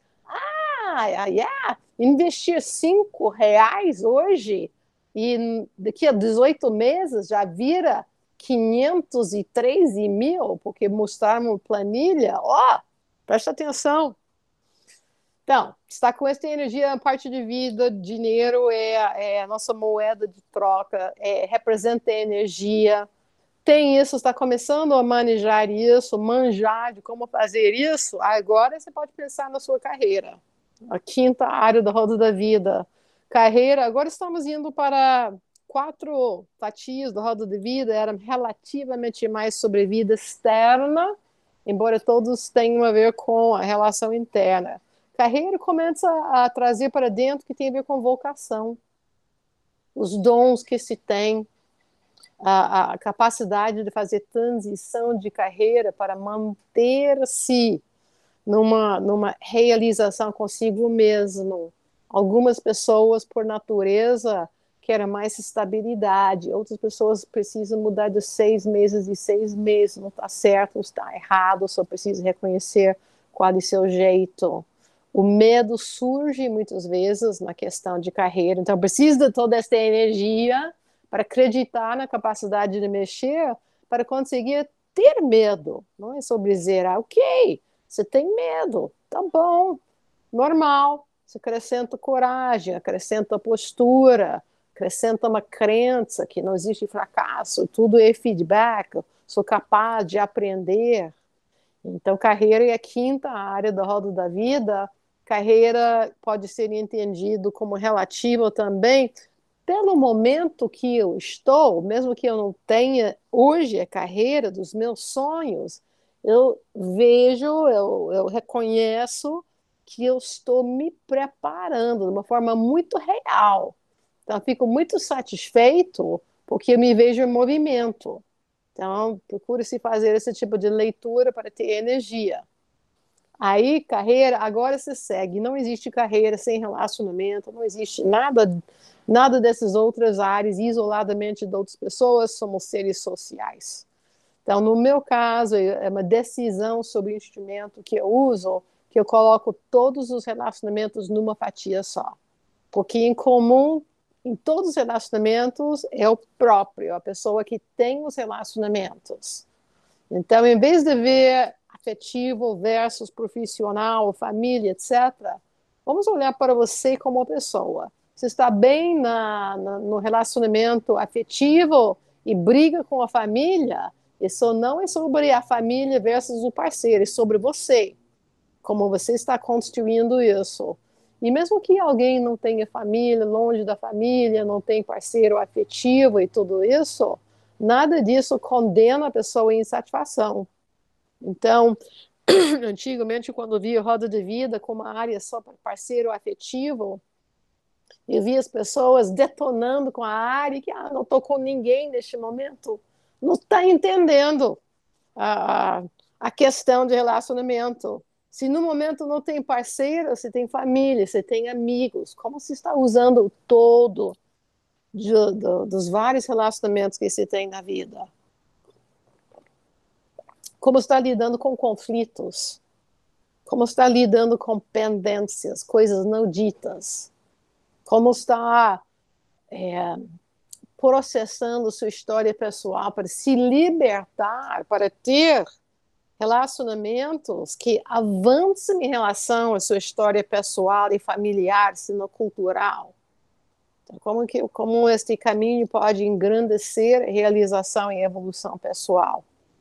Investir R$ 5 hoje e daqui a 18 meses já vira 513 mil, porque mostraram planilha. Presta atenção. Então, está com essa energia, parte de vida, dinheiro é a nossa moeda de troca, representa energia. Tem isso, está começando a manejar isso, manjar de como fazer isso. Agora você pode pensar na sua carreira. A quinta área da roda da vida. Carreira, agora estamos indo para 4 fatias da roda da vida, era relativamente mais sobre vida externa, embora todos tenham a ver com a relação interna. Carreira começa a trazer para dentro que tem a ver com vocação, os dons que se tem, a capacidade de fazer transição de carreira para manter-se numa realização consigo mesmo. Algumas pessoas, por natureza, querem mais estabilidade. Outras pessoas precisam mudar de 6 meses em 6 meses. Não está certo, não está errado, só precisa reconhecer qual é o seu jeito. O medo surge muitas vezes na questão de carreira. Então, precisa de toda essa energia para acreditar na capacidade de mexer, para conseguir ter medo. Não é sobre dizer, ok, você tem medo, tá bom, normal. Você acrescenta coragem, acrescenta postura, acrescenta uma crença que não existe fracasso, tudo é feedback, sou capaz de aprender. Então, carreira é a quinta área da roda da vida. Carreira pode ser entendido como relativa também pelo momento que eu estou, mesmo que eu não tenha hoje a carreira dos meus sonhos, eu vejo, eu reconheço que eu estou me preparando de uma forma muito real. Então, eu fico muito satisfeito porque eu me vejo em movimento. Então, procure-se fazer esse tipo de leitura para ter energia. Aí, carreira, agora se segue. Não existe carreira sem relacionamento, não existe nada dessas outras áreas isoladamente de outras pessoas, somos seres sociais. Então, no meu caso, é uma decisão sobre o instrumento que eu uso, que eu coloco todos os relacionamentos numa fatia só. Porque em comum, em todos os relacionamentos, é o próprio, a pessoa que tem os relacionamentos. Então, em vez de ver afetivo versus profissional, família, etc., vamos olhar para você como uma pessoa. Você está bem no relacionamento afetivo e briga com a família, isso não é sobre a família versus o parceiro, é sobre você, como você está construindo isso. E mesmo que alguém não tenha família, longe da família, não tem parceiro afetivo e tudo isso, nada disso condena a pessoa em insatisfação. Então, antigamente, quando eu via roda de vida como uma área só para parceiro afetivo, eu via as pessoas detonando com a área que não estou com ninguém neste momento. Não está entendendo a, a questão de relacionamento. Se no momento não tem parceiro, você tem família, você tem amigos, como se está usando o todo dos vários relacionamentos que você tem na vida? Como está lidando com conflitos? Como está lidando com pendências, coisas não ditas? Como está processando sua história pessoal para se libertar, para ter relacionamentos que avancem em relação à sua história pessoal e familiar, sino cultural? Então, como este caminho pode engrandecer a realização e evolução pessoal?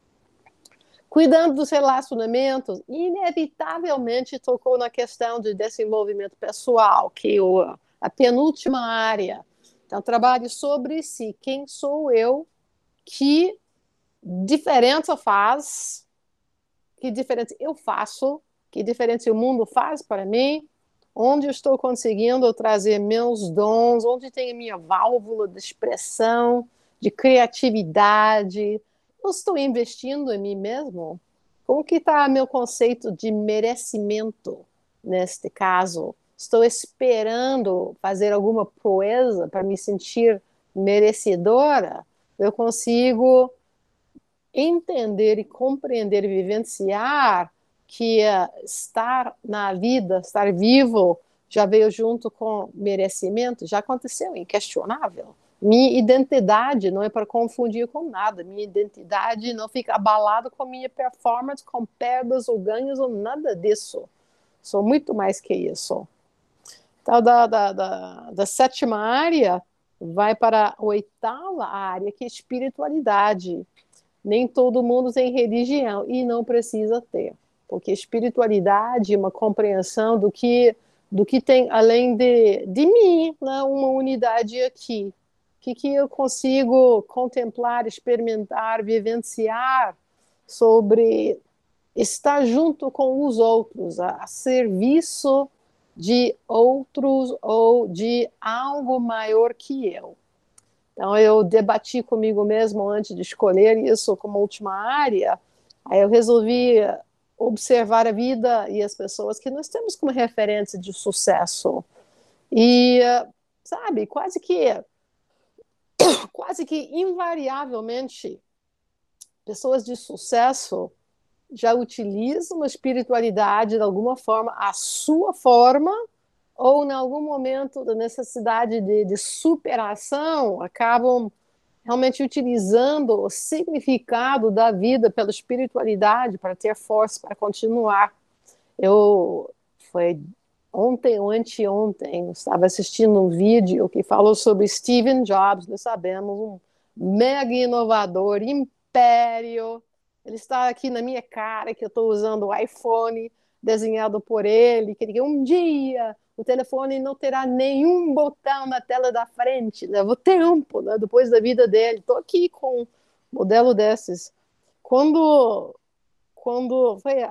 Cuidando dos relacionamentos, inevitavelmente tocou na questão de desenvolvimento pessoal, que é a penúltima área. Então, trabalho sobre si. Quem sou eu? Que diferença faz? Que diferença eu faço? Que diferença o mundo faz para mim? Onde eu estou conseguindo trazer meus dons? Onde tem a minha válvula de expressão, de criatividade? Eu estou investindo em mim mesmo? Como que está meu conceito de merecimento neste caso? Estou esperando fazer alguma proeza para me sentir merecedora? Eu consigo entender e compreender e vivenciar que estar na vida, estar vivo, já veio junto com merecimento, já aconteceu, inquestionável. Minha identidade não é para confundir com nada. Minha identidade não fica abalada com minha performance, com perdas ou ganhos ou nada disso. Sou muito mais que isso. Então, da sétima área, vai para a oitava área, que é espiritualidade. Nem todo mundo tem religião e não precisa ter, porque espiritualidade é uma compreensão do que tem além de mim, né? Uma unidade aqui. O que eu consigo contemplar, experimentar, vivenciar sobre estar junto com os outros, a serviço de outros ou de algo maior que eu. Então, eu debati comigo mesmo antes de escolher isso como última área. Aí eu resolvi observar a vida e as pessoas que nós temos como referência de sucesso. E, sabe, quase que invariavelmente, pessoas de sucesso já utilizam a espiritualidade de alguma forma, a sua forma, ou em algum momento da necessidade de superação, acabam realmente utilizando o significado da vida pela espiritualidade para ter força para continuar. Foi ontem ou anteontem, estava assistindo um vídeo que falou sobre Steve Jobs, nós sabemos, um mega inovador, império. Ele está aqui na minha cara, que eu estou usando o iPhone desenhado por ele, que um dia o telefone não terá nenhum botão na tela da frente. Levou tempo, né? Depois da vida dele. Estou aqui com um modelo desses. Quando foi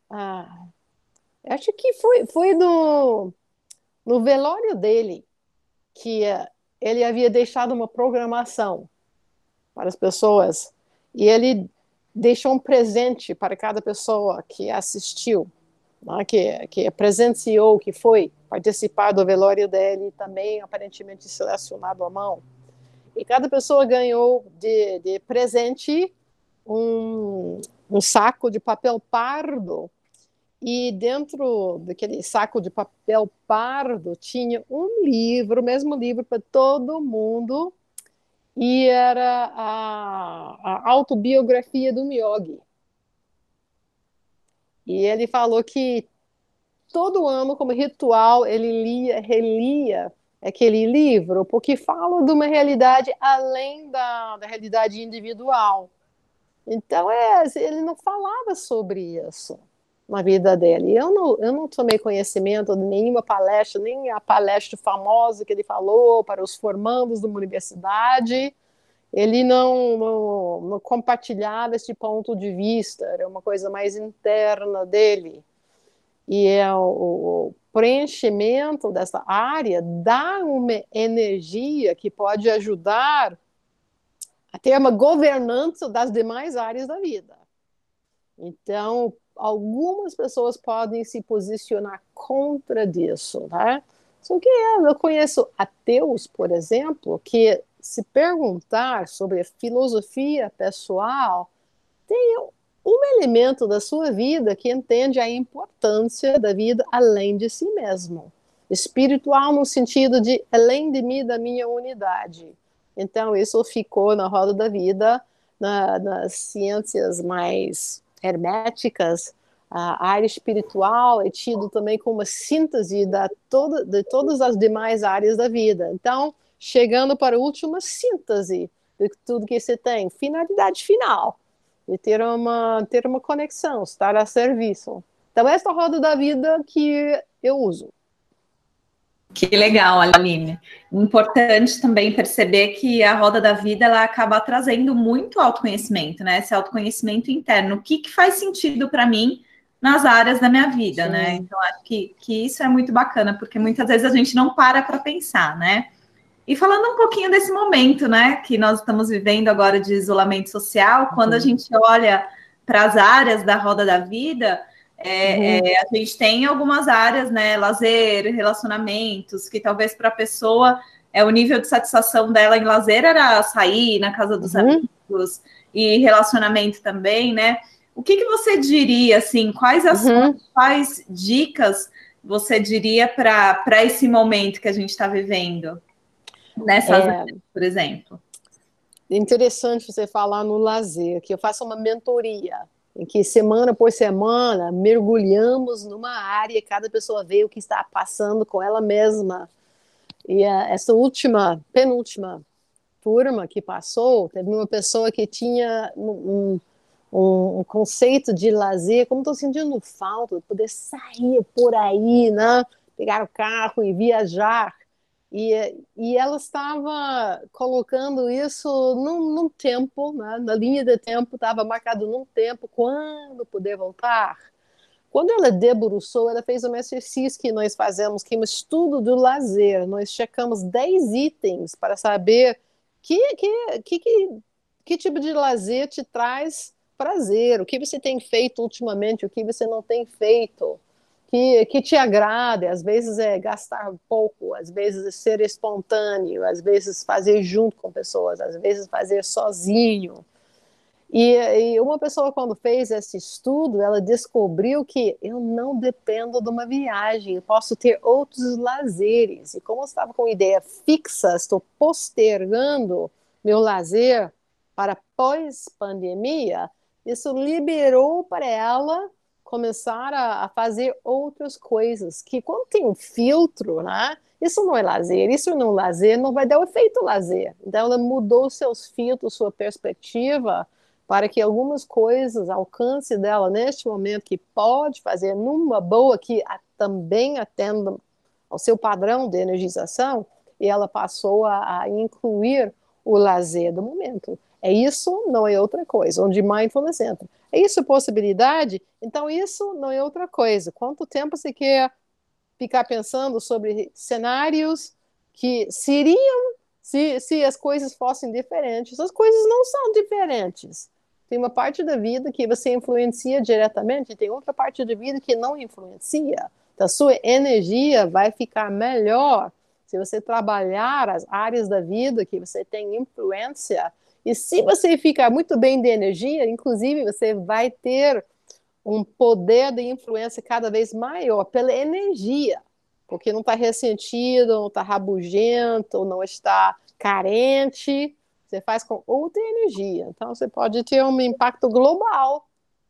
acho que foi no velório dele que ele havia deixado uma programação para as pessoas e ele deixou um presente para cada pessoa que assistiu, né, que presenciou, que foi participar do velório dele, também aparentemente selecionado à mão. E cada pessoa ganhou de presente um saco de papel pardo, e dentro daquele saco de papel pardo tinha um livro, o mesmo livro para todo mundo, e era a autobiografia do Miyagi. E ele falou que todo ano, como ritual, ele relia aquele livro, porque fala de uma realidade além da realidade individual. Então, ele não falava sobre isso na vida dele. Eu não tomei conhecimento de nenhuma palestra, nem a palestra famosa que ele falou para os formandos de uma universidade. Ele não compartilhava esse ponto de vista, era uma coisa mais interna dele. E o preenchimento dessa área dá uma energia que pode ajudar a ter uma governança das demais áreas da vida. Então, algumas pessoas podem se posicionar contra disso, né? Só que eu conheço ateus, por exemplo, que se perguntar sobre a filosofia pessoal, tem um elemento da sua vida que entende a importância da vida além de si mesmo. Espiritual no sentido de além de mim, da minha unidade. Então, isso ficou na roda da vida, nas ciências mais herméticas. A área espiritual é tido também como uma síntese de todas as demais áreas da vida. Então, chegando para a última síntese de tudo que você tem, finalidade final, e ter uma conexão, estar a serviço. Então, essa roda da vida que eu uso. Que legal, Aline. Importante também perceber que a roda da vida ela acaba trazendo muito autoconhecimento, né? Esse autoconhecimento interno. O que faz sentido para mim nas áreas da minha vida, sim, né? Então, acho que isso é muito bacana, porque muitas vezes a gente não para pensar, né? E falando um pouquinho desse momento, né, que nós estamos vivendo agora de isolamento social, quando a gente olha para as áreas da roda da vida, a gente tem algumas áreas, né, lazer, relacionamentos, que talvez para a pessoa o nível de satisfação dela em lazer era sair na casa dos amigos, e relacionamento também, né? O que você diria, assim, quais dicas você diria para esse momento que a gente está vivendo? Nessas áreas, por exemplo. Interessante você falar no lazer, que eu faço uma mentoria, em que semana por semana mergulhamos numa área e cada pessoa vê o que está passando com ela mesma. E essa penúltima turma que passou, teve uma pessoa que tinha um conceito de lazer, como estou sentindo falta de poder sair por aí, né? Pegar o carro e viajar. E ela estava colocando isso num tempo, né? Na linha de tempo, estava marcado num tempo, quando poder voltar. Quando ela debruçou, ela fez um exercício que nós fazemos, que é um estudo do lazer. Nós checamos 10 itens para saber que tipo de lazer te traz prazer, o que você tem feito ultimamente, o que você não tem feito. Que te agrada, às vezes é gastar pouco, às vezes é ser espontâneo, às vezes fazer junto com pessoas, às vezes fazer sozinho. E uma pessoa, quando fez esse estudo, ela descobriu que eu não dependo de uma viagem, eu posso ter outros lazeres. E como eu estava com ideia fixa, estou postergando meu lazer para pós-pandemia, isso liberou para ela começar a fazer outras coisas, que quando tem um filtro, né? Isso não é lazer, isso não é lazer, não vai dar o efeito lazer. Então ela mudou seus filtros, sua perspectiva, para que algumas coisas alcance dela neste momento, que pode fazer numa boa, que também atenda ao seu padrão de energização, e ela passou a incluir o lazer do momento. É isso, não é outra coisa, onde mindfulness entra. É isso possibilidade? Então isso não é outra coisa. Quanto tempo você quer ficar pensando sobre cenários que seriam se as coisas fossem diferentes? As coisas não são diferentes. Tem uma parte da vida que você influencia diretamente e tem outra parte da vida que não influencia. Então, a sua energia vai ficar melhor se você trabalhar as áreas da vida que você tem influência. E se você ficar muito bem de energia, inclusive, você vai ter um poder de influência cada vez maior pela energia, porque não está ressentido, não está rabugento, não está carente. Você faz com outra energia. Então, você pode ter um impacto global.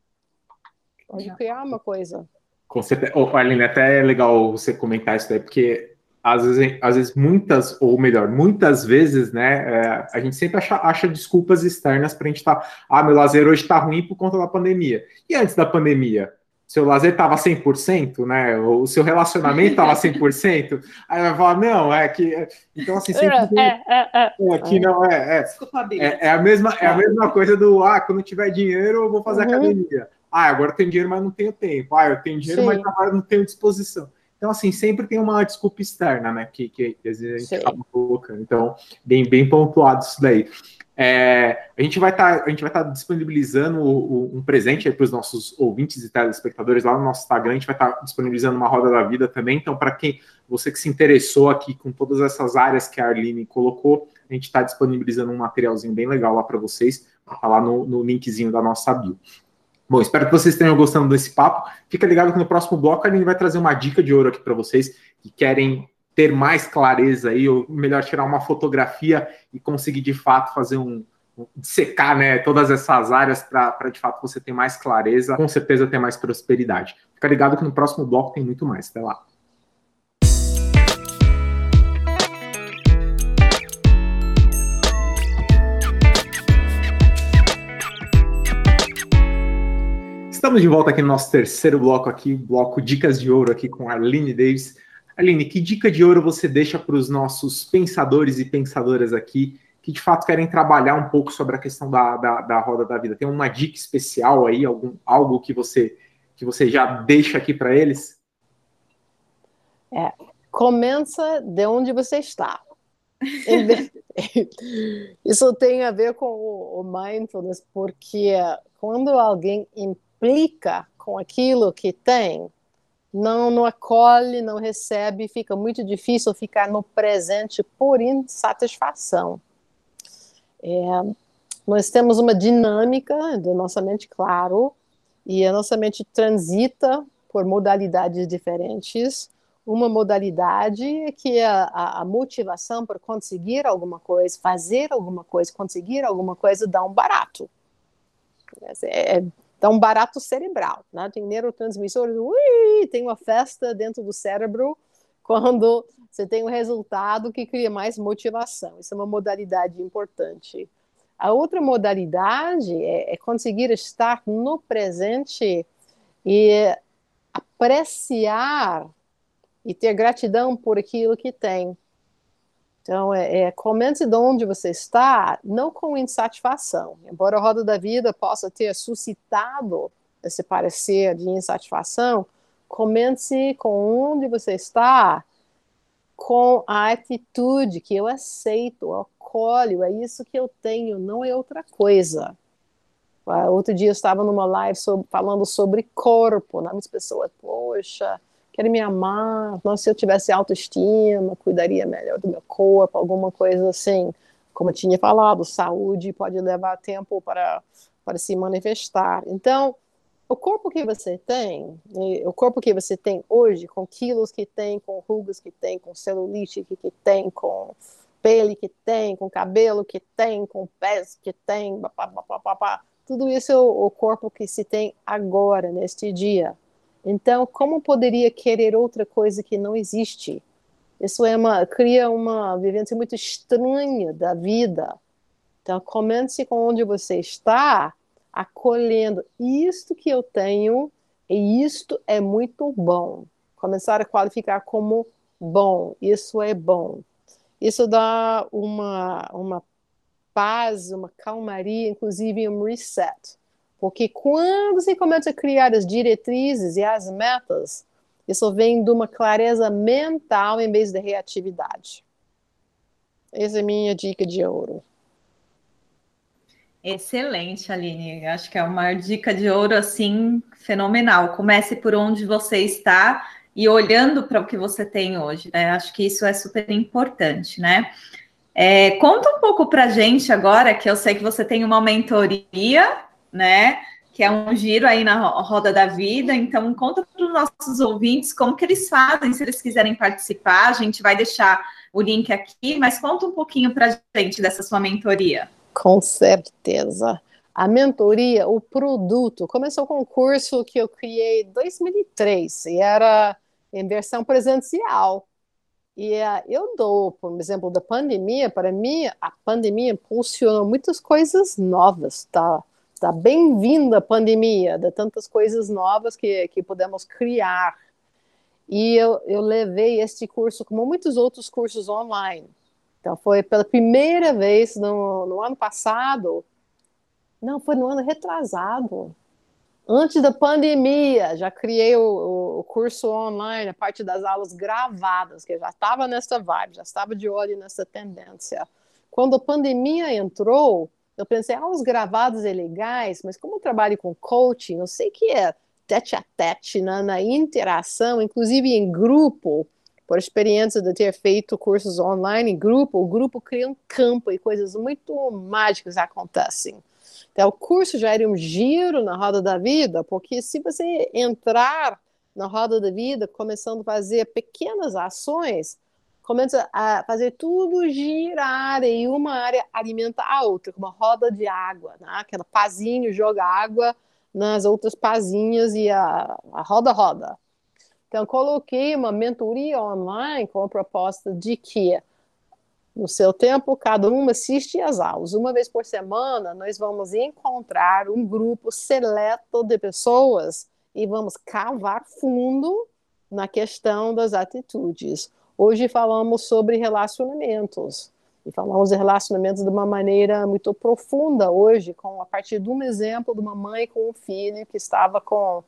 Pode criar uma coisa. Com certeza. Oh, Arline, até é legal você comentar isso daí, porque às vezes muitas vezes, né, a gente sempre acha desculpas externas para a gente estar, meu lazer hoje está ruim por conta da pandemia. E antes da pandemia? Seu lazer estava 100%, né? O seu relacionamento estava 100%. Aí vai falar, não, é que... Então, assim, sempre aqui não é a mesma coisa do, quando tiver dinheiro eu vou fazer academia. Agora eu tenho dinheiro, mas não tenho tempo. Eu tenho dinheiro, mas agora não tenho disposição. Então, assim, sempre tem uma desculpa externa, né? Que às vezes a gente acaba colocando. Então, bem pontuado isso daí. A gente vai estar disponibilizando um presente para os nossos ouvintes e telespectadores lá no nosso Instagram. A gente vai estar disponibilizando uma roda da vida também. Então, para você que se interessou aqui com todas essas áreas que a Arline colocou, a gente está disponibilizando um materialzinho bem legal lá para vocês. Está lá no linkzinho da nossa bio. Bom, espero que vocês tenham gostado desse papo. Fica ligado que no próximo bloco a Arline vai trazer uma dica de ouro aqui para vocês que querem ter mais clareza aí, ou melhor, tirar uma fotografia e conseguir de fato fazer dissecar, né, todas essas áreas para de fato você ter mais clareza, com certeza ter mais prosperidade. Fica ligado que no próximo bloco tem muito mais. Até lá. Estamos de volta aqui no nosso terceiro bloco aqui, bloco Dicas de Ouro aqui com a Arline Davis. Arline, que dica de ouro você deixa para os nossos pensadores e pensadoras aqui que de fato querem trabalhar um pouco sobre a questão da roda da vida? Tem uma dica especial aí, algo que você já deixa aqui para eles? Começa de onde você está. Isso tem a ver com o mindfulness, porque quando alguém implica com aquilo que tem, não acolhe, não recebe, fica muito difícil ficar no presente por insatisfação. Nós temos uma dinâmica da nossa mente, claro, e a nossa mente transita por modalidades diferentes. Uma modalidade é que a motivação para conseguir alguma coisa, fazer alguma coisa, conseguir alguma coisa, dá um barato. Dá um barato cerebral, né? Tem neurotransmissores, tem uma festa dentro do cérebro quando você tem um resultado que cria mais motivação. Isso é uma modalidade importante. A outra modalidade é conseguir estar no presente e apreciar e ter gratidão por aquilo que tem. Então, comece de onde você está, não com insatisfação. Embora a roda da vida possa ter suscitado esse parecer de insatisfação, comece com onde você está, com a atitude que eu aceito, eu acolho, é isso que eu tenho, não é outra coisa. Outro dia eu estava numa live falando sobre corpo, né? Muitas pessoas, poxa, quero me amar, não, se eu tivesse autoestima, cuidaria melhor do meu corpo, alguma coisa assim. Como eu tinha falado, saúde pode levar tempo para se manifestar. Então, o corpo que você tem, o corpo que você tem hoje, com quilos que tem, com rugas que tem, com celulite que tem, com pele que tem, com cabelo que tem, com pés que tem, tudo isso é o corpo que se tem agora, neste dia. Então, como poderia querer outra coisa que não existe? Isso cria uma vivência muito estranha da vida. Então, comece com onde você está acolhendo. Isto que eu tenho, e isto é muito bom. Começar a qualificar como bom, isso é bom. Isso dá uma paz, uma calmaria, inclusive um reset. Porque quando você começa a criar as diretrizes e as metas, isso vem de uma clareza mental em vez de reatividade. Essa é a minha dica de ouro. Excelente, Aline. Acho que é uma dica de ouro assim fenomenal. Comece por onde você está e olhando para o que você tem hoje, né? Acho que isso é super importante, né? Conta um pouco para a gente agora, que eu sei que você tem uma mentoria, né? Que é um giro aí na roda da vida. Então, conta para os nossos ouvintes como que eles fazem, se eles quiserem participar. A gente vai deixar o link aqui, mas conta um pouquinho para a gente dessa sua mentoria. Com certeza. A mentoria, o produto, começou com um curso que eu criei em 2003 e era em versão presencial. E eu dou, por exemplo, da pandemia, para mim, a pandemia impulsionou muitas coisas novas, tá? Tá bem-vinda a pandemia, de tantas coisas novas que podemos criar. E eu levei este curso, como muitos outros cursos online. Então, foi pela primeira vez no ano passado, não, foi no ano retrasado, antes da pandemia, já criei o curso online, a parte das aulas gravadas, que eu já estava nessa vibe, já estava de olho nessa tendência. Quando a pandemia entrou, eu pensei, aulas gravadas é legais, mas como eu trabalho com coaching, eu sei que é tete a tete, na interação, inclusive em grupo, por experiência de ter feito cursos online em grupo, o grupo cria um campo e coisas muito mágicas acontecem. Então, o curso já era um giro na roda da vida, porque se você entrar na roda da vida, começando a fazer pequenas ações, começa a fazer tudo girar e uma área alimenta a outra, como uma roda de água, né? Aquela pazinho joga água nas outras pazinhas e a roda roda. Então, coloquei uma mentoria online com a proposta de que no seu tempo, cada um assiste às aulas. Uma vez por semana, nós vamos encontrar um grupo seleto de pessoas e vamos cavar fundo na questão das atitudes. Hoje falamos sobre relacionamentos. E falamos de relacionamentos de uma maneira muito profunda hoje, a partir de um exemplo de uma mãe com um filho que estava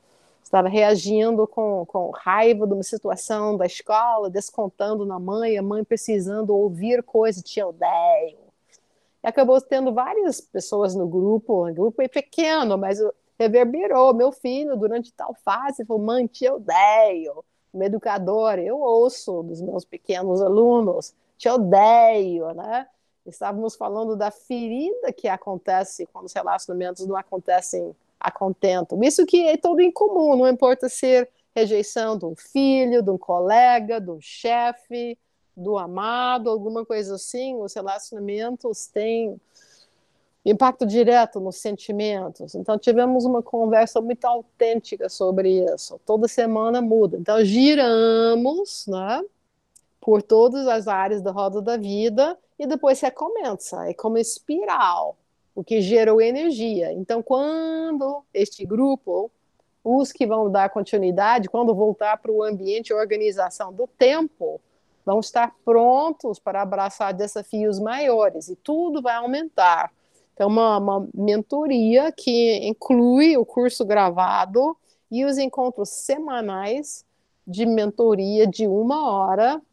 reagindo com raiva de uma situação da escola, descontando na mãe, a mãe precisando ouvir coisas, te odeio. E acabou tendo várias pessoas no grupo, o grupo é pequeno, mas reverberou. Meu filho, durante tal fase, falou, mãe, te odeio. Uma educadora, eu ouço dos meus pequenos alunos, te odeio, né? Estávamos falando da ferida que acontece quando os relacionamentos não acontecem a contento. Isso que é todo incomum, não importa ser rejeição de um filho, de um colega, de um chefe, do amado, alguma coisa assim, os relacionamentos têm impacto direto nos sentimentos. Então, tivemos uma conversa muito autêntica sobre isso. Toda semana muda. Então, giramos, né, por todas as áreas da roda da vida e depois recomeça. É como espiral, o que gerou energia. Então, quando este grupo, os que vão dar continuidade, quando voltar para o ambiente e organização do tempo, vão estar prontos para abraçar desafios maiores e tudo vai aumentar. Então, uma mentoria que inclui o curso gravado e os encontros semanais de mentoria de 1 hora.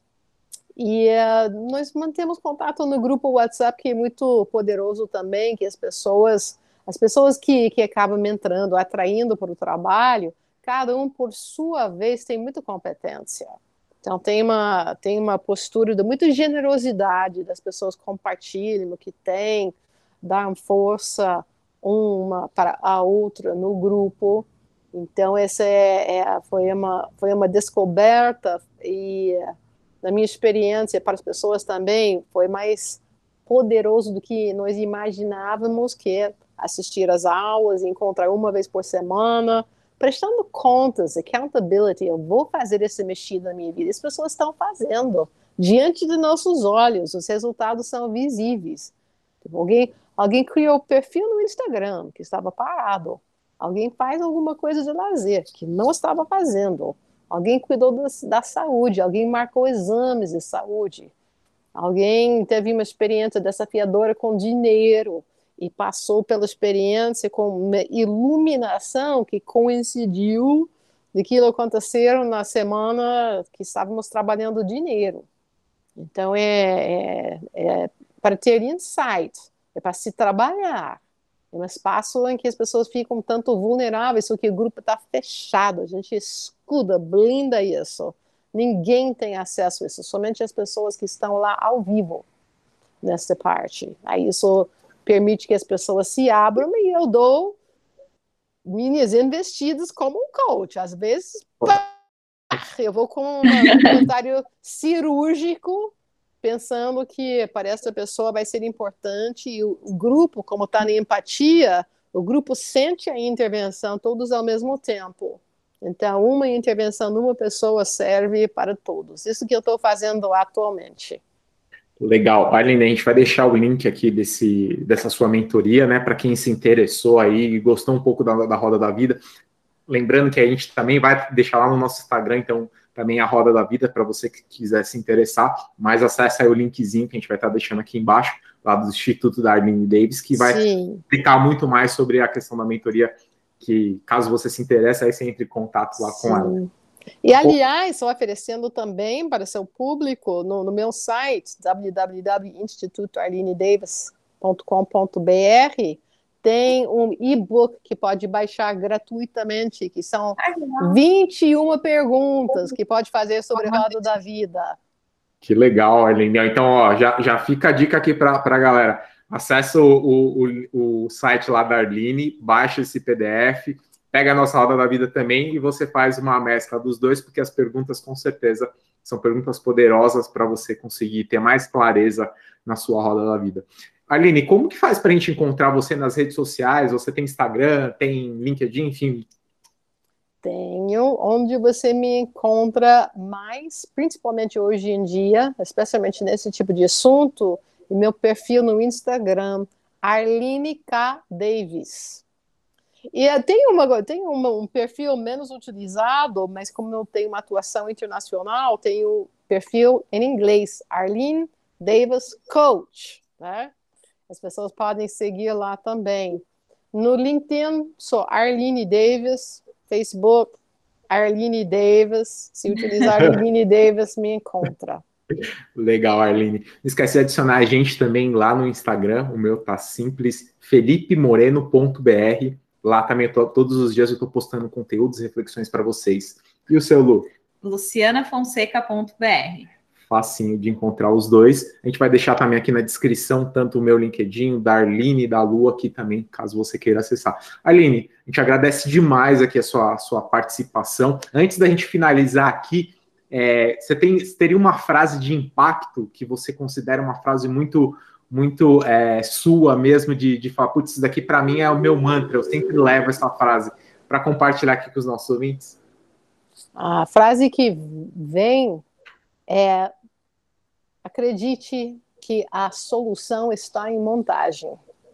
E nós mantemos contato no grupo WhatsApp, que é muito poderoso também, que as pessoas que acabam entrando, atraindo para o trabalho, cada um, por sua vez, tem muita competência. Então, tem uma postura de muita generosidade das pessoas compartilham o que tem, dão força uma para a outra no grupo. Então, essa foi uma descoberta e na minha experiência, para as pessoas também, foi mais poderoso do que nós imaginávamos, que é assistir às aulas, encontrar uma vez por semana, prestando contas, accountability, eu vou fazer essa mexida na minha vida. As pessoas estão fazendo, diante de nossos olhos, os resultados são visíveis. Alguém criou perfil no Instagram, que estava parado. Alguém faz alguma coisa de lazer, que não estava fazendo. Alguém cuidou da saúde, alguém marcou exames de saúde. Alguém teve uma experiência desafiadora com dinheiro e passou pela experiência com uma iluminação que coincidiu daquilo aconteceram na semana que estávamos trabalhando dinheiro. Então, para ter insight, é para se trabalhar. É um espaço em que as pessoas ficam tanto vulneráveis, porque o grupo está fechado, a gente escuda, blinda isso. Ninguém tem acesso a isso, somente as pessoas que estão lá ao vivo nessa parte. Aí isso permite que as pessoas se abram e eu dou minhas investidas como um coach. Às vezes, eu vou com um comentário cirúrgico, pensando que para essa pessoa vai ser importante, e o grupo, como está na empatia, o grupo sente a intervenção todos ao mesmo tempo. Então, uma intervenção numa pessoa serve para todos. Isso que eu estou fazendo atualmente. Legal. Arline, a gente vai deixar o link aqui dessa sua mentoria, né, para quem se interessou aí e gostou um pouco da Roda da Vida. Lembrando que a gente também vai deixar lá no nosso Instagram, então, também a Roda da Vida, para você que quiser se interessar, mas acesse aí o linkzinho que a gente vai estar deixando aqui embaixo, lá do Instituto da Arline Davis, que vai explicar muito mais sobre a questão da mentoria, que caso você se interesse, aí você entre em contato lá com ela. E, aliás, estou oferecendo também para seu público, no meu site, www.institutoarlinedavis.com.br, tem um e-book que pode baixar gratuitamente, que são 21 perguntas que pode fazer sobre a Roda da Vida. Que legal, Arline. Então, ó, já fica a dica aqui para a galera. Acesse o site lá da Arline, baixa esse PDF, pega a nossa Roda da Vida também e você faz uma mescla dos dois, porque as perguntas, com certeza, são perguntas poderosas para você conseguir ter mais clareza na sua Roda da Vida. Arline, como que faz para a gente encontrar você nas redes sociais? Você tem Instagram, tem LinkedIn, enfim? Tenho, onde você me encontra mais, principalmente hoje em dia, especialmente nesse tipo de assunto, e meu perfil no Instagram, Arline K. Davis. E tem um perfil menos utilizado, mas como eu tenho uma atuação internacional, tenho o perfil em inglês, Arline Davis Coach, né? As pessoas podem seguir lá também. No LinkedIn, sou Arline Davis, Facebook, Arline Davis. Se utilizar Arline Davis, me encontra. Legal, Arline. Não esquece de adicionar a gente também lá no Instagram. O meu tá simples, felipemoreno.br. Lá também todos os dias eu estou postando conteúdos e reflexões para vocês. E o seu, Lu? lucianafonseca.br. Facinho de encontrar os dois. A gente vai deixar também aqui na descrição tanto o meu LinkedIn, o da Arline e da Lu aqui também, caso você queira acessar. Arline, a gente agradece demais aqui a sua participação. Antes da gente finalizar aqui, você teria uma frase de impacto que você considera uma frase muito sua mesmo, de falar, putz, isso daqui para mim é o meu mantra, eu sempre levo essa frase para compartilhar aqui com os nossos ouvintes? A frase que vem é: acredite que a solução está em montagem.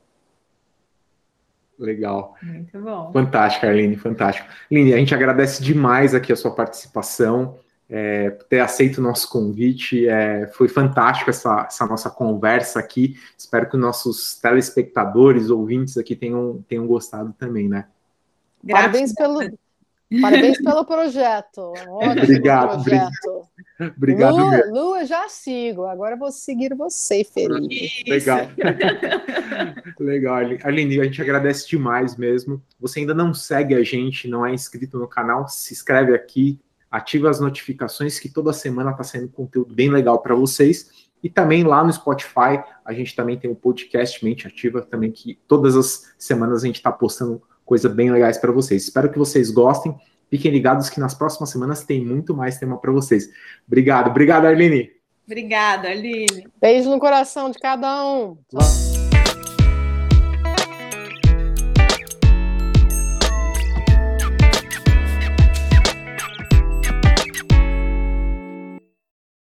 Legal. Muito bom. Fantástico, Arline, fantástico. Arline, a gente agradece demais aqui a sua participação, ter aceito o nosso convite. Foi fantástico essa nossa conversa aqui. Espero que os nossos telespectadores, ouvintes aqui tenham gostado também, né? Parabéns pelo projeto. Obrigado. Projeto. Obrigado. Lu, eu já sigo. Agora eu vou seguir você, Felipe. Legal. Legal, Arline, a gente agradece demais mesmo. Você ainda não segue a gente, não é inscrito no canal, se inscreve aqui, ativa as notificações, que toda semana está saindo conteúdo bem legal para vocês. E também lá no Spotify, a gente também tem um podcast Mente Ativa, também, que todas as semanas a gente está postando coisas bem legais para vocês. Espero que vocês gostem. Fiquem ligados que nas próximas semanas tem muito mais tema para vocês. Obrigado, Arline. Obrigada, Arline. Beijo no coração de cada um.